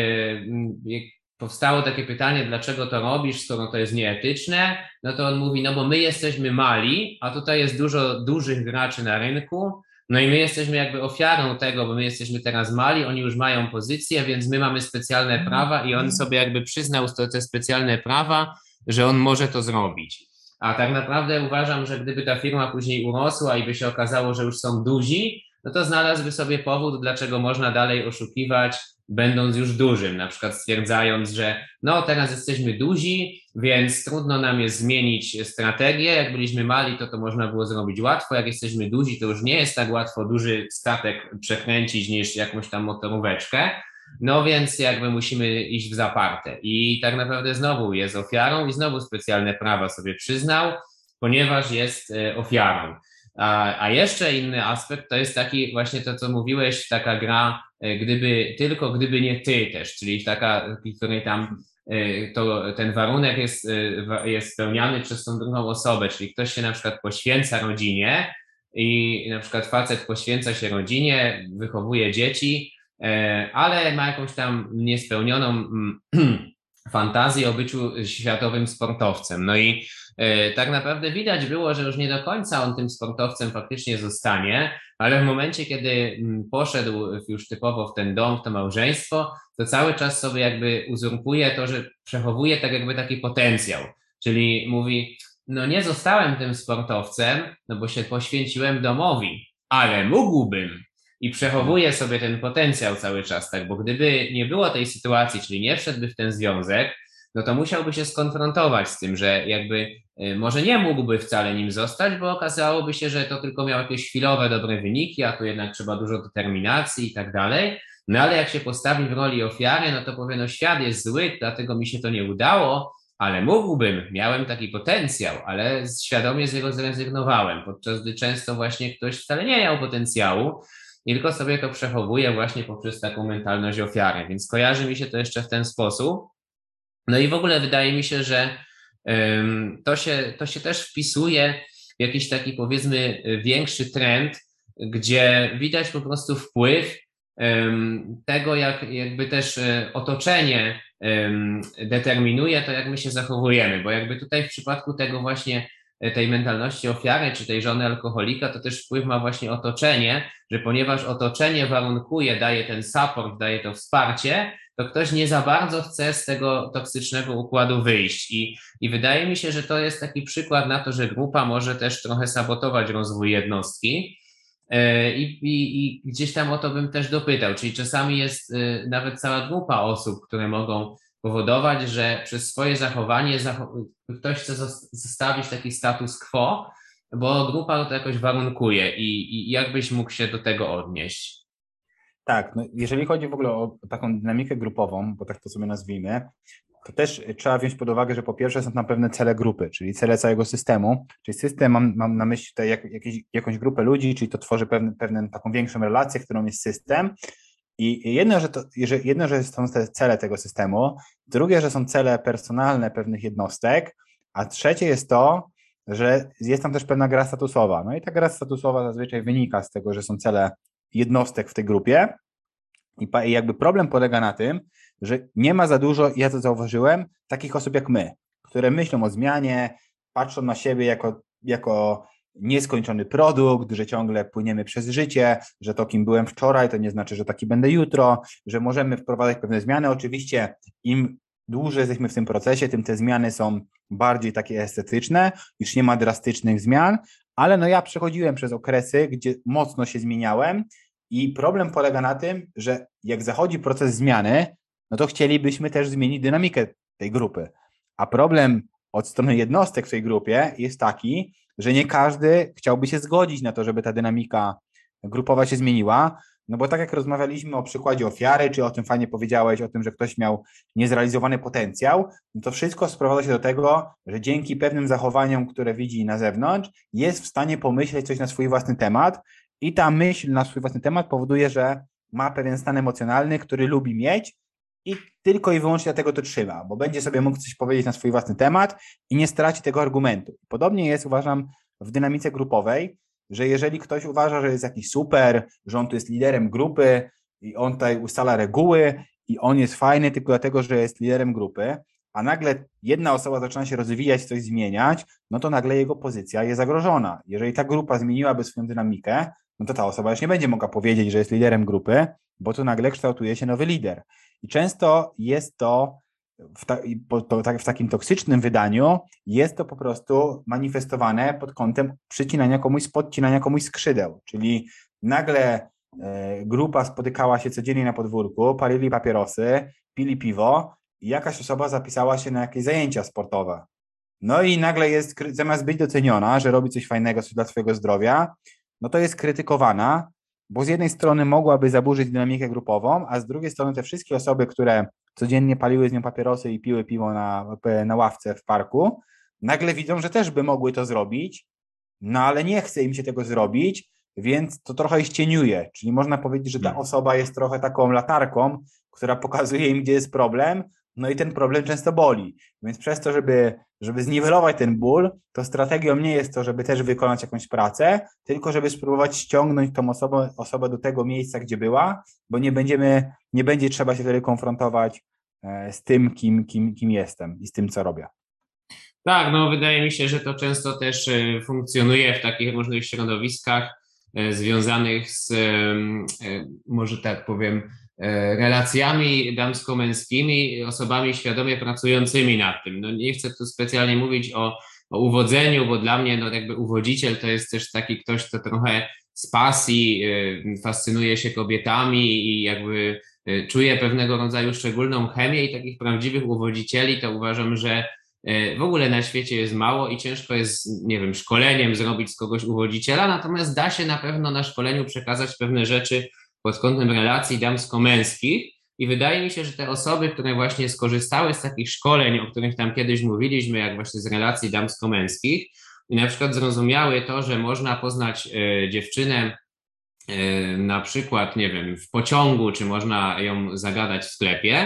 A: powstało takie pytanie, dlaczego to robisz, skoro to jest nieetyczne? No to on mówi, no bo my jesteśmy mali, a tutaj jest dużo dużych graczy na rynku, no i my jesteśmy jakby ofiarą tego, bo my jesteśmy teraz mali, oni już mają pozycję, więc my mamy specjalne prawa i on sobie jakby przyznał te specjalne prawa, że on może to zrobić. A tak naprawdę uważam, że gdyby ta firma później urosła i by się okazało, że już są duzi, no to znalazłby sobie powód, dlaczego można dalej oszukiwać, będąc już dużym, na przykład stwierdzając, że no teraz jesteśmy duzi, więc trudno nam jest zmienić strategię. Jak byliśmy mali, to można było zrobić łatwo. Jak jesteśmy duzi, to już nie jest tak łatwo duży statek przekręcić niż jakąś tam motoróweczkę. No więc jakby musimy iść w zaparte. I tak naprawdę znowu jest ofiarą i znowu specjalne prawa sobie przyznał, ponieważ jest ofiarą. A jeszcze inny aspekt to jest taki właśnie to, co mówiłeś, taka gra, gdyby nie ty też, czyli taka, w której tam ten warunek jest spełniany przez tą drugą osobę, czyli ktoś się na przykład poświęca rodzinie i na przykład facet poświęca się rodzinie, wychowuje dzieci, ale ma jakąś tam niespełnioną fantazję o byciu światowym sportowcem. No i tak naprawdę widać było, że już nie do końca on tym sportowcem faktycznie zostanie, ale w momencie, kiedy poszedł już typowo w ten dom, w to małżeństwo, to cały czas sobie jakby uzurpuje to, że przechowuje tak jakby taki potencjał. Czyli mówi, no nie zostałem tym sportowcem, no bo się poświęciłem domowi, ale mógłbym. I przechowuje sobie ten potencjał cały czas, tak, bo gdyby nie było tej sytuacji, czyli nie wszedłby w ten związek, no to musiałby się skonfrontować z tym, że jakby może nie mógłby wcale nim zostać, bo okazałoby się, że to tylko miał jakieś chwilowe dobre wyniki, a tu jednak trzeba dużo determinacji i tak dalej. No ale jak się postawi w roli ofiary, no to powie, no świat jest zły, dlatego mi się to nie udało, ale mógłbym, miałem taki potencjał, ale świadomie z niego zrezygnowałem, podczas gdy często właśnie ktoś wcale nie miał potencjału, tylko sobie to przechowuje właśnie poprzez taką mentalność ofiary. Więc kojarzy mi się to jeszcze w ten sposób. No i w ogóle wydaje mi się, że to się też wpisuje w jakiś taki, powiedzmy, większy trend, gdzie widać po prostu wpływ tego, jak jakby też otoczenie determinuje to, jak my się zachowujemy, bo jakby tutaj w przypadku tego właśnie tej mentalności ofiary, czy tej żony alkoholika, to też wpływ ma właśnie otoczenie, że ponieważ otoczenie warunkuje, daje ten support, daje to wsparcie, to ktoś nie za bardzo chce z tego toksycznego układu wyjść. I wydaje mi się, że to jest taki przykład na to, że grupa może też trochę sabotować rozwój jednostki. I gdzieś tam o to bym też dopytał, czyli czasami jest nawet cała grupa osób, które mogą powodować, że przez swoje zachowanie ktoś chce zostawić taki status quo, bo grupa to jakoś warunkuje i jak byś mógł się do tego odnieść?
B: Tak, no jeżeli chodzi w ogóle o taką dynamikę grupową, bo tak to sobie nazwijmy, to też trzeba wziąć pod uwagę, że po pierwsze są tam pewne cele grupy, czyli cele całego systemu, czyli system, mam na myśli tutaj jakąś grupę ludzi, czyli to tworzy pewną taką większą relację, którą jest system. I jedno, że są te cele tego systemu, drugie, że są cele personalne pewnych jednostek, a trzecie jest to, że jest tam też pewna gra statusowa. No i ta gra statusowa zazwyczaj wynika z tego, że są cele jednostek w tej grupie i jakby problem polega na tym, że nie ma za dużo, ja to zauważyłem, takich osób jak my, które myślą o zmianie, patrzą na siebie jako nieskończony produkt, że ciągle płyniemy przez życie, że to, kim byłem wczoraj, to nie znaczy, że taki będę jutro, że możemy wprowadzać pewne zmiany. Oczywiście im dłużej jesteśmy w tym procesie, tym te zmiany są bardziej takie estetyczne, już nie ma drastycznych zmian, ale no ja przechodziłem przez okresy, gdzie mocno się zmieniałem i problem polega na tym, że jak zachodzi proces zmiany, no to chcielibyśmy też zmienić dynamikę tej grupy, a problem od strony jednostek w tej grupie jest taki, że nie każdy chciałby się zgodzić na to, żeby ta dynamika grupowa się zmieniła, no bo tak jak rozmawialiśmy o przykładzie ofiary, czy o tym fajnie powiedziałeś, o tym, że ktoś miał niezrealizowany potencjał, no to wszystko sprowadza się do tego, że dzięki pewnym zachowaniom, które widzi na zewnątrz, jest w stanie pomyśleć coś na swój własny temat i ta myśl na swój własny temat powoduje, że ma pewien stan emocjonalny, który lubi mieć i tylko i wyłącznie dlatego to trzyma, bo będzie sobie mógł coś powiedzieć na swój własny temat i nie straci tego argumentu. Podobnie jest, uważam, w dynamice grupowej, że jeżeli ktoś uważa, że jest jakiś super, że on tu jest liderem grupy i on tutaj ustala reguły i on jest fajny tylko dlatego, że jest liderem grupy, a nagle jedna osoba zaczyna się rozwijać, coś zmieniać, no to nagle jego pozycja jest zagrożona. Jeżeli ta grupa zmieniłaby swoją dynamikę, no to ta osoba już nie będzie mogła powiedzieć, że jest liderem grupy, bo tu nagle kształtuje się nowy lider. I często jest to w takim toksycznym wydaniu, jest to po prostu manifestowane pod kątem podcinania komuś skrzydeł, czyli nagle grupa spotykała się codziennie na podwórku, palili papierosy, pili piwo i jakaś osoba zapisała się na jakieś zajęcia sportowe. No i nagle jest, zamiast być doceniona, że robi coś fajnego dla swojego zdrowia, no to jest krytykowana, bo z jednej strony mogłaby zaburzyć dynamikę grupową, a z drugiej strony te wszystkie osoby, które codziennie paliły z nią papierosy i piły piwo na ławce w parku, nagle widzą, że też by mogły to zrobić, no ale nie chce im się tego zrobić, więc to trochę ich cieniuje. Czyli można powiedzieć, że ta osoba jest trochę taką latarką, która pokazuje im, gdzie jest problem, no i ten problem często boli. Więc przez to, żeby zniwelować ten ból, to strategią nie jest to, żeby też wykonać jakąś pracę, tylko żeby spróbować ściągnąć tą osobę do tego miejsca, gdzie była, bo nie będzie trzeba się wtedy konfrontować z tym, kim jestem i z tym, co robię.
A: Tak, no wydaje mi się, że to często też funkcjonuje w takich różnych środowiskach związanych z, może tak powiem, relacjami damsko-męskimi, osobami świadomie pracującymi nad tym. No nie chcę tu specjalnie mówić o uwodzeniu, bo dla mnie no jakby uwodziciel to jest też taki ktoś, kto trochę z pasji fascynuje się kobietami i jakby czuje pewnego rodzaju szczególną chemię i takich prawdziwych uwodzicieli to uważam, że w ogóle na świecie jest mało i ciężko jest, nie wiem, szkoleniem zrobić z kogoś uwodziciela, natomiast da się na pewno na szkoleniu przekazać pewne rzeczy pod kątem relacji damsko-męskich i wydaje mi się, że te osoby, które właśnie skorzystały z takich szkoleń, o których tam kiedyś mówiliśmy, jak właśnie z relacji damsko-męskich i na przykład zrozumiały to, że można poznać dziewczynę na przykład, nie wiem, w pociągu, czy można ją zagadać w sklepie,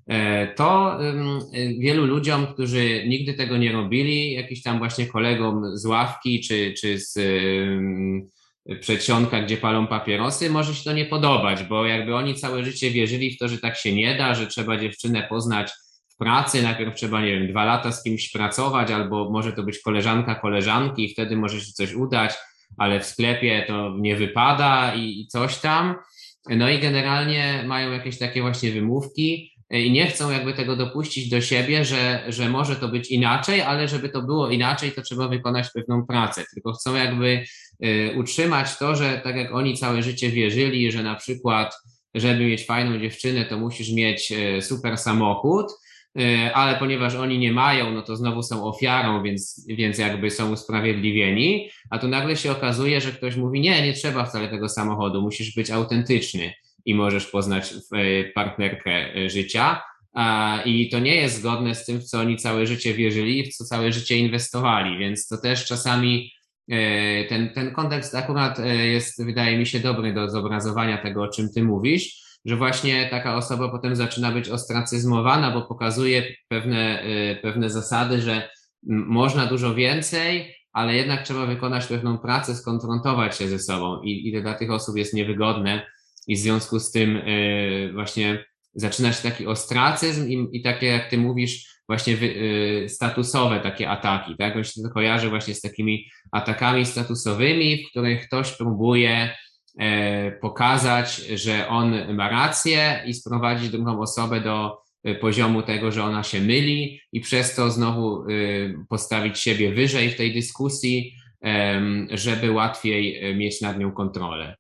A: to wielu ludziom, którzy nigdy tego nie robili, jakiś tam właśnie kolegom z ławki czy z przedsionka, gdzie palą papierosy, może się to nie podobać, bo jakby oni całe życie wierzyli w to, że tak się nie da, że trzeba dziewczynę poznać w pracy, najpierw trzeba, nie wiem, 2 lata z kimś pracować, albo może to być koleżanka koleżanki i wtedy może się coś udać, ale w sklepie to nie wypada i coś tam. No i generalnie mają jakieś takie właśnie wymówki, i nie chcą jakby tego dopuścić do siebie, że może to być inaczej, ale żeby to było inaczej, to trzeba wykonać pewną pracę. Tylko chcą jakby utrzymać to, że tak jak oni całe życie wierzyli, że na przykład, żeby mieć fajną dziewczynę, to musisz mieć super samochód, ale ponieważ oni nie mają, no to znowu są ofiarą, więc jakby są usprawiedliwieni, a tu nagle się okazuje, że ktoś mówi, nie trzeba wcale tego samochodu, musisz być autentyczny i możesz poznać partnerkę życia. I to nie jest zgodne z tym, w co oni całe życie wierzyli i w co całe życie inwestowali, więc to też czasami ten kontekst akurat jest, wydaje mi się, dobry do zobrazowania tego, o czym ty mówisz, że właśnie taka osoba potem zaczyna być ostracyzmowana, bo pokazuje pewne zasady, że można dużo więcej, ale jednak trzeba wykonać pewną pracę, skonfrontować się ze sobą i to dla tych osób jest niewygodne. I w związku z tym właśnie zaczyna się taki ostracyzm i takie, jak ty mówisz, właśnie statusowe takie ataki, tak? On się to kojarzy właśnie z takimi atakami statusowymi, w których ktoś próbuje pokazać, że on ma rację i sprowadzić drugą osobę do poziomu tego, że ona się myli i przez to znowu postawić siebie wyżej w tej dyskusji, żeby łatwiej mieć nad nią kontrolę.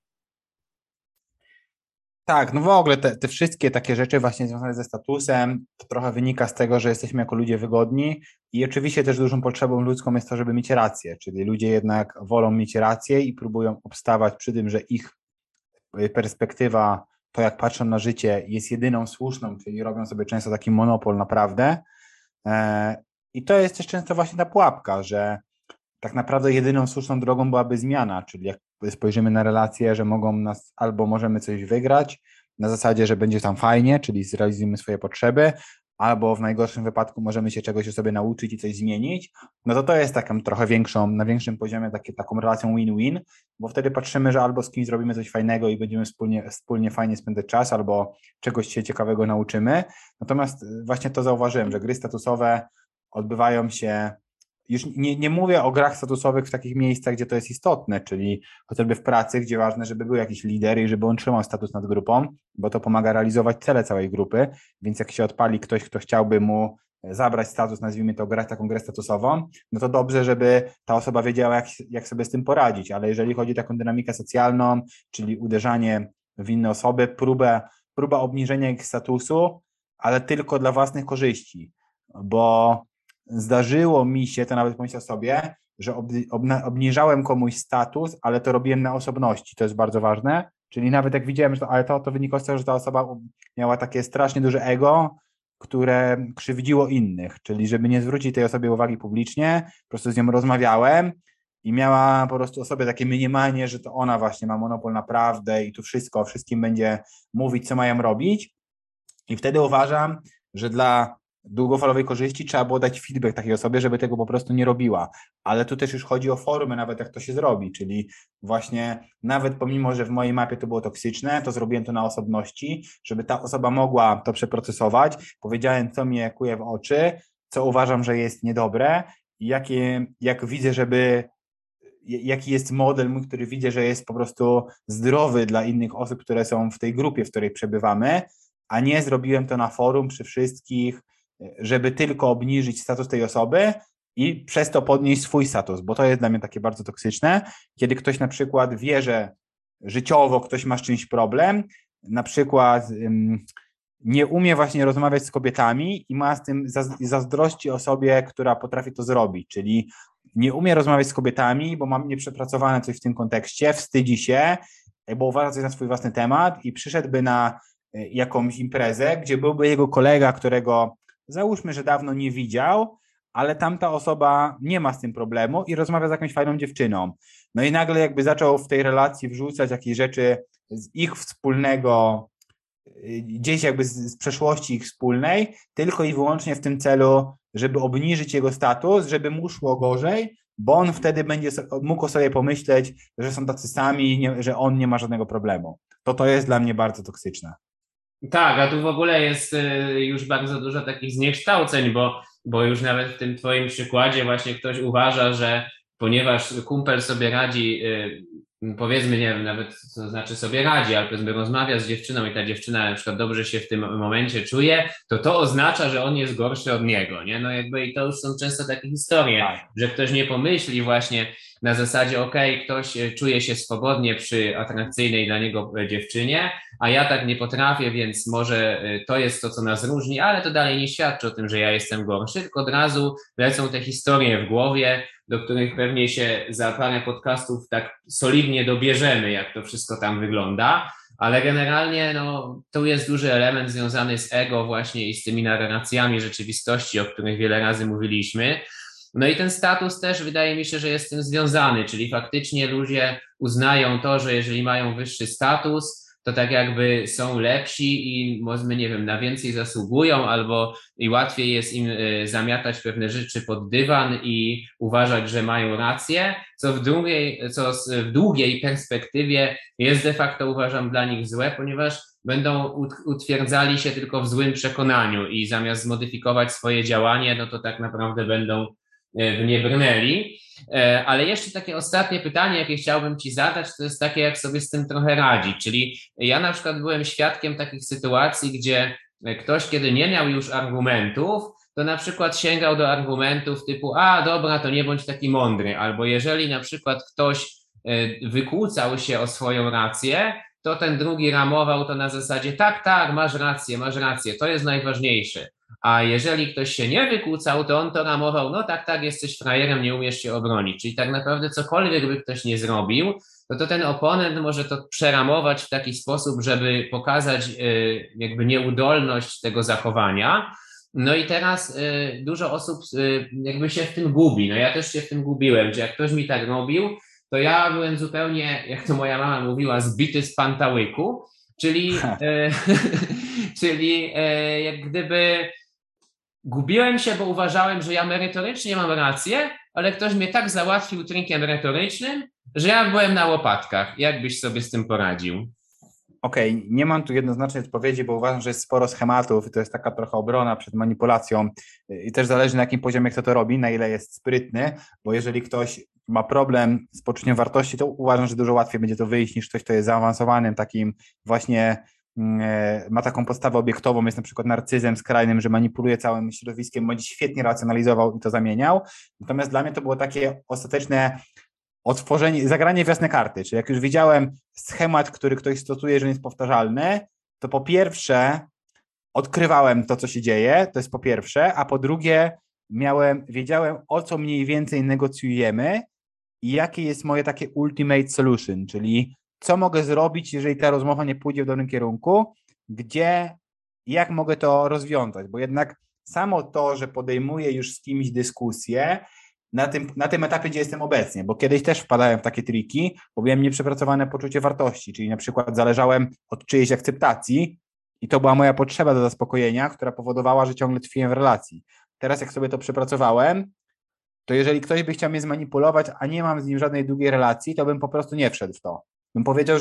B: Tak, no w ogóle te wszystkie takie rzeczy właśnie związane ze statusem, to trochę wynika z tego, że jesteśmy jako ludzie wygodni i oczywiście też dużą potrzebą ludzką jest to, żeby mieć rację, czyli ludzie jednak wolą mieć rację i próbują obstawać przy tym, że ich perspektywa, to jak patrzą na życie jest jedyną słuszną, czyli robią sobie często taki monopol na prawdę i to jest też często właśnie ta pułapka, że tak naprawdę jedyną słuszną drogą byłaby zmiana, czyli jak spojrzymy na relacje, że mogą nas albo możemy coś wygrać, na zasadzie, że będzie tam fajnie, czyli zrealizujemy swoje potrzeby, albo w najgorszym wypadku możemy się czegoś o sobie nauczyć i coś zmienić, no to jest taką trochę na większym poziomie taką relacją win-win, bo wtedy patrzymy, że albo z kimś zrobimy coś fajnego i będziemy wspólnie fajnie spędzać czas, albo czegoś się ciekawego nauczymy. Natomiast właśnie to zauważyłem, że gry statusowe odbywają się, już nie mówię o grach statusowych w takich miejscach, gdzie to jest istotne, czyli chociażby w pracy, gdzie ważne, żeby był jakiś lider i żeby on trzymał status nad grupą, bo to pomaga realizować cele całej grupy, więc jak się odpali ktoś, kto chciałby mu zabrać status, nazwijmy to grać taką grę statusową, no to dobrze, żeby ta osoba wiedziała, jak sobie z tym poradzić, ale jeżeli chodzi o taką dynamikę socjalną, czyli uderzanie w inne osoby, próba obniżenia ich statusu, ale tylko dla własnych korzyści, bo zdarzyło mi się, to nawet pomyślę sobie, że obniżałem komuś status, ale to robiłem na osobności, to jest bardzo ważne, czyli nawet jak widziałem, że to wynikało z tego, że ta osoba miała takie strasznie duże ego, które krzywdziło innych, czyli żeby nie zwrócić tej osobie uwagi publicznie, po prostu z nią rozmawiałem i miała po prostu o sobie takie mniemanie, że to ona właśnie ma monopol na prawdę i tu o wszystkim będzie mówić, co mają robić, i wtedy uważam, że dla długofalowej korzyści trzeba było dać feedback takiej osobie, żeby tego po prostu nie robiła. Ale tu też już chodzi o formę, nawet jak to się zrobi, czyli właśnie nawet pomimo, że w mojej mapie to było toksyczne, to zrobiłem to na osobności, żeby ta osoba mogła to przeprocesować. Powiedziałem, co mnie kuje w oczy, co uważam, że jest niedobre i jak widzę, jaki jest model mój, który widzę, że jest po prostu zdrowy dla innych osób, które są w tej grupie, w której przebywamy, a nie zrobiłem to na forum przy wszystkich, żeby tylko obniżyć status tej osoby i przez to podnieść swój status, bo to jest dla mnie takie bardzo toksyczne, kiedy ktoś na przykład wie, że życiowo ktoś ma z czymś problem, na przykład nie umie właśnie rozmawiać z kobietami i ma z tym zazdrości osobie, która potrafi to zrobić, czyli nie umie rozmawiać z kobietami, bo ma nieprzepracowane coś w tym kontekście, wstydzi się, bo uważa coś na swój własny temat i przyszedłby na jakąś imprezę, gdzie byłby jego kolega, którego załóżmy, że dawno nie widział, ale tamta osoba nie ma z tym problemu i rozmawia z jakąś fajną dziewczyną. No i nagle jakby zaczął w tej relacji wrzucać jakieś rzeczy z ich wspólnego, gdzieś jakby z przeszłości ich wspólnej, tylko i wyłącznie w tym celu, żeby obniżyć jego status, żeby mu szło gorzej, bo on wtedy będzie mógł sobie pomyśleć, że są tacy sami, że on nie ma żadnego problemu. To jest dla mnie bardzo toksyczne.
A: Tak, a tu w ogóle jest już bardzo dużo takich zniekształceń, bo już nawet w tym twoim przykładzie właśnie ktoś uważa, że ponieważ kumpel sobie radzi, powiedzmy, nie wiem nawet co znaczy sobie radzi, ale powiedzmy rozmawia z dziewczyną i ta dziewczyna na przykład dobrze się w tym momencie czuje, to oznacza, że on jest gorszy od niego, nie? No jakby i to już są często takie historie,
B: Tak.
A: że ktoś nie pomyśli właśnie na zasadzie, ktoś czuje się swobodnie przy atrakcyjnej dla niego dziewczynie, a ja tak nie potrafię, więc może to jest to, co nas różni, ale to dalej nie świadczy o tym, że ja jestem gorszy, tylko od razu lecą te historie w głowie, do których pewnie się za parę podcastów tak solidnie dobierzemy, jak to wszystko tam wygląda, ale generalnie tu jest duży element związany z ego właśnie i z tymi narracjami rzeczywistości, o których wiele razy mówiliśmy. No i ten status też wydaje mi się, że jest z tym związany, czyli faktycznie ludzie uznają to, że jeżeli mają wyższy status, to tak jakby są lepsi i może, nie wiem, na więcej zasługują albo i łatwiej jest im zamiatać pewne rzeczy pod dywan i uważać, że mają rację, co w długiej perspektywie jest de facto, uważam, dla nich złe, ponieważ będą utwierdzali się tylko w złym przekonaniu i zamiast zmodyfikować swoje działanie, no to tak naprawdę będą w nie brnęli. Ale jeszcze takie ostatnie pytanie, jakie chciałbym Ci zadać, to jest takie, jak sobie z tym trochę radzić. Czyli ja na przykład byłem świadkiem takich sytuacji, gdzie ktoś, kiedy nie miał już argumentów, to na przykład sięgał do argumentów typu, dobra, to nie bądź taki mądry, albo jeżeli na przykład ktoś wykłócał się o swoją rację, to ten drugi ramował to na zasadzie, tak, masz rację, to jest najważniejsze. A jeżeli ktoś się nie wykłócał, to on to ramował, tak, jesteś frajerem, nie umiesz się obronić. Czyli tak naprawdę cokolwiek by ktoś nie zrobił, to ten oponent może to przeramować w taki sposób, żeby pokazać jakby nieudolność tego zachowania. No i teraz dużo osób jakby się w tym gubi. No ja też się w tym gubiłem, że jak ktoś mi tak robił, to ja byłem zupełnie, jak to moja mama mówiła, zbity z pantałyku. Czyli, czyli jak gdyby gubiłem się, bo uważałem, że ja merytorycznie mam rację, ale ktoś mnie tak załatwił trikiem retorycznym, że ja byłem na łopatkach. Jak byś sobie z tym poradził?
B: Okej, nie mam tu jednoznacznej odpowiedzi, bo uważam, że jest sporo schematów i to jest taka trochę obrona przed manipulacją i też zależy na jakim poziomie kto to robi, na ile jest sprytny, bo jeżeli ktoś ma problem z poczuciem wartości, to uważam, że dużo łatwiej będzie to wyjść niż ktoś, kto jest zaawansowanym, takim właśnie ma taką postawę obiektową, jest na przykład narcyzem skrajnym, że manipuluje całym środowiskiem, bądź świetnie racjonalizował i to zamieniał. Natomiast dla mnie to było takie ostateczne otworzenie, zagranie w jasne karty, czyli jak już widziałem schemat, który ktoś stosuje, że jest powtarzalny, to po pierwsze odkrywałem to, co się dzieje, to jest po pierwsze, a po drugie wiedziałem, o co mniej więcej negocjujemy i jakie jest moje takie ultimate solution, czyli co mogę zrobić, jeżeli ta rozmowa nie pójdzie w dobrym kierunku, jak mogę to rozwiązać, bo jednak samo to, że podejmuję już z kimś dyskusję, na tym etapie, gdzie jestem obecnie, bo kiedyś też wpadałem w takie triki, bo miałem nieprzepracowane poczucie wartości, czyli na przykład zależałem od czyjejś akceptacji i to była moja potrzeba do zaspokojenia, która powodowała, że ciągle tkwiłem w relacji. Teraz jak sobie to przepracowałem, to jeżeli ktoś by chciał mnie zmanipulować, a nie mam z nim żadnej długiej relacji, to bym po prostu nie wszedł w to. Bym powiedział,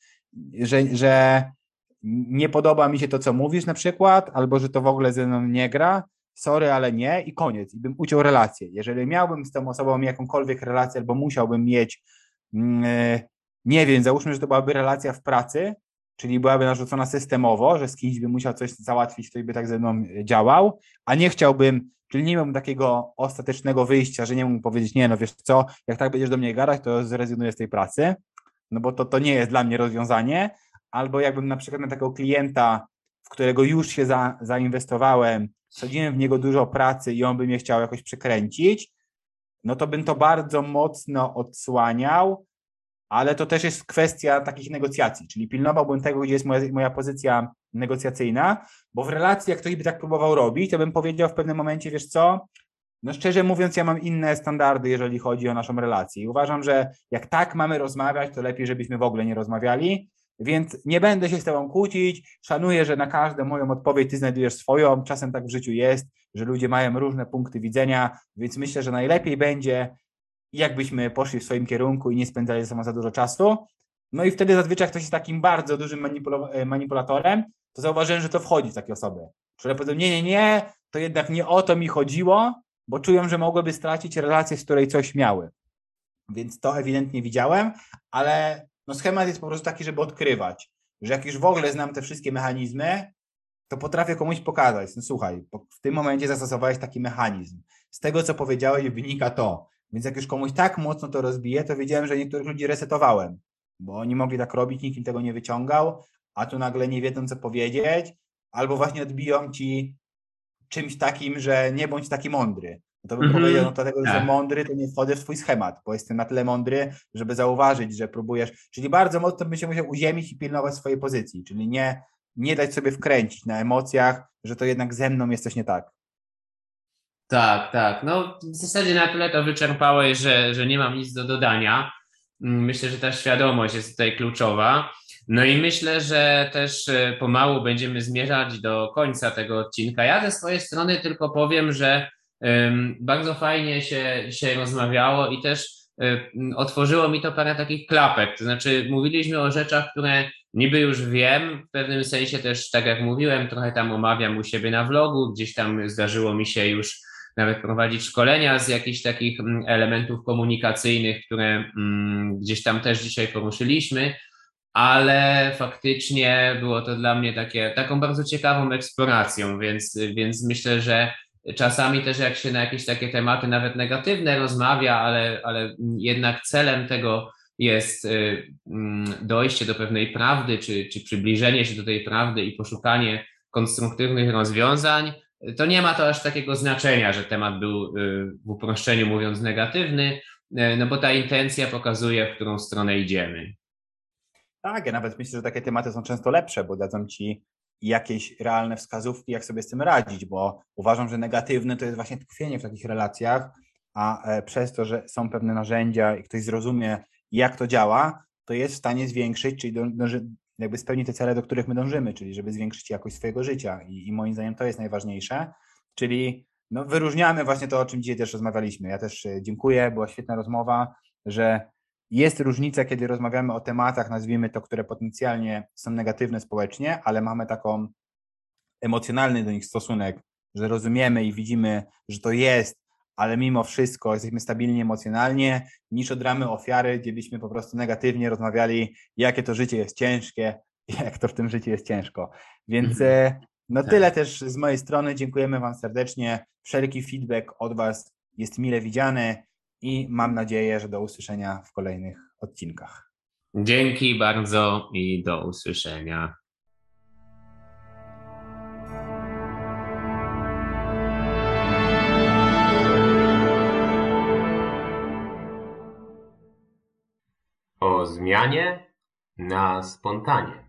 B: że nie podoba mi się to, co mówisz na przykład, albo że to w ogóle ze mną nie gra, sorry, ale nie i koniec. I bym uciął relację. Jeżeli miałbym z tą osobą jakąkolwiek relację, albo musiałbym mieć, nie wiem, załóżmy, że to byłaby relacja w pracy, czyli byłaby narzucona systemowo, że z kimś by musiał coś załatwić, ktoś by tak ze mną działał, a nie chciałbym, czyli nie miałbym takiego ostatecznego wyjścia, że nie mógłbym powiedzieć, nie, no wiesz co, jak tak będziesz do mnie gadać, to zrezygnuję z tej pracy, no bo to nie jest dla mnie rozwiązanie, albo jakbym na przykład na takiego klienta, w którego już się zainwestowałem, wsadziłem w niego dużo pracy i on by mnie chciał jakoś przekręcić, no to bym to bardzo mocno odsłaniał, ale to też jest kwestia takich negocjacji, czyli pilnowałbym tego, gdzie jest moja pozycja negocjacyjna, bo w relacji, jak ktoś by tak próbował robić, to bym powiedział w pewnym momencie, wiesz co, no szczerze mówiąc, ja mam inne standardy, jeżeli chodzi o naszą relację. I uważam, że jak tak mamy rozmawiać, to lepiej, żebyśmy w ogóle nie rozmawiali, więc nie będę się z tobą kłócić, szanuję, że na każdą moją odpowiedź ty znajdujesz swoją, czasem tak w życiu jest, że ludzie mają różne punkty widzenia, więc myślę, że najlepiej będzie, jakbyśmy poszli w swoim kierunku i nie spędzali ze sobą za dużo czasu. No i wtedy zazwyczaj jak ktoś jest takim bardzo dużym manipulatorem, to zauważyłem, że to wchodzi w takie osoby. Które powiedzą, nie, to jednak nie o to mi chodziło, bo czują, że mogłyby stracić relację, z której coś miały. Więc to ewidentnie widziałem, ale no schemat jest po prostu taki, żeby odkrywać, że jak już w ogóle znam te wszystkie mechanizmy, to potrafię komuś pokazać, no słuchaj, w tym momencie zastosowałeś taki mechanizm. Z tego, co powiedziałeś, wynika to. Więc jak już komuś tak mocno to rozbije, to wiedziałem, że niektórych ludzi resetowałem, bo oni mogli tak robić, nikt im tego nie wyciągał, a tu nagle nie wiedzą, co powiedzieć, albo właśnie odbiją ci czymś takim, że nie bądź taki mądry. No to bym powiedział, no to dlatego, że jestem
A: Tak.
B: mądry, to nie wchodzę w twój schemat, bo jestem na tyle mądry, żeby zauważyć, że próbujesz, czyli bardzo mocno bym się musiał uziemić i pilnować swojej pozycji, czyli nie dać sobie wkręcić na emocjach, że to jednak ze mną jest coś nie tak.
A: Tak, tak. No w zasadzie na tyle to wyczerpałeś, że nie mam nic do dodania. Myślę, że ta świadomość jest tutaj kluczowa. No i myślę, że też pomału będziemy zmierzać do końca tego odcinka. Ja ze swojej strony tylko powiem, że bardzo fajnie się dzisiaj rozmawiało i też otworzyło mi to parę takich klapek. To znaczy, mówiliśmy o rzeczach, które niby już wiem, w pewnym sensie też, tak jak mówiłem, trochę tam omawiam u siebie na vlogu, gdzieś tam zdarzyło mi się już nawet prowadzić szkolenia z jakichś takich elementów komunikacyjnych, które gdzieś tam też dzisiaj poruszyliśmy, ale faktycznie było to dla mnie taką bardzo ciekawą eksploracją, więc myślę, że czasami też jak się na jakieś takie tematy nawet negatywne rozmawia, ale jednak celem tego jest dojście do pewnej prawdy, czy przybliżenie się do tej prawdy i poszukanie konstruktywnych rozwiązań, to nie ma to aż takiego znaczenia, że temat był w uproszczeniu mówiąc negatywny, no bo ta intencja pokazuje, w którą stronę idziemy.
B: Tak, ja nawet myślę, że takie tematy są często lepsze, bo dadzą ci jakieś realne wskazówki, jak sobie z tym radzić, bo uważam, że negatywne to jest właśnie tkwienie w takich relacjach, a przez to, że są pewne narzędzia i ktoś zrozumie, jak to działa, to jest w stanie zwiększyć, czyli jakby spełni te cele, do których my dążymy, czyli żeby zwiększyć jakość swojego życia i moim zdaniem to jest najważniejsze, czyli no, wyróżniamy właśnie to, o czym dzisiaj też rozmawialiśmy. Ja też dziękuję, była świetna rozmowa, że jest różnica, kiedy rozmawiamy o tematach, nazwijmy to, które potencjalnie są negatywne społecznie, ale mamy taką emocjonalny do nich stosunek, że rozumiemy i widzimy, że to jest, ale mimo wszystko jesteśmy stabilni emocjonalnie, niż od ramy ofiary, gdzie byśmy po prostu negatywnie rozmawiali, jakie to życie jest ciężkie, jak to w tym życiu jest ciężko. Więc no tyle też z mojej strony. Dziękujemy Wam serdecznie. Wszelki feedback od Was jest mile widziany i mam nadzieję, że do usłyszenia w kolejnych odcinkach.
A: Dzięki bardzo i do usłyszenia. O zmianie na spontanie.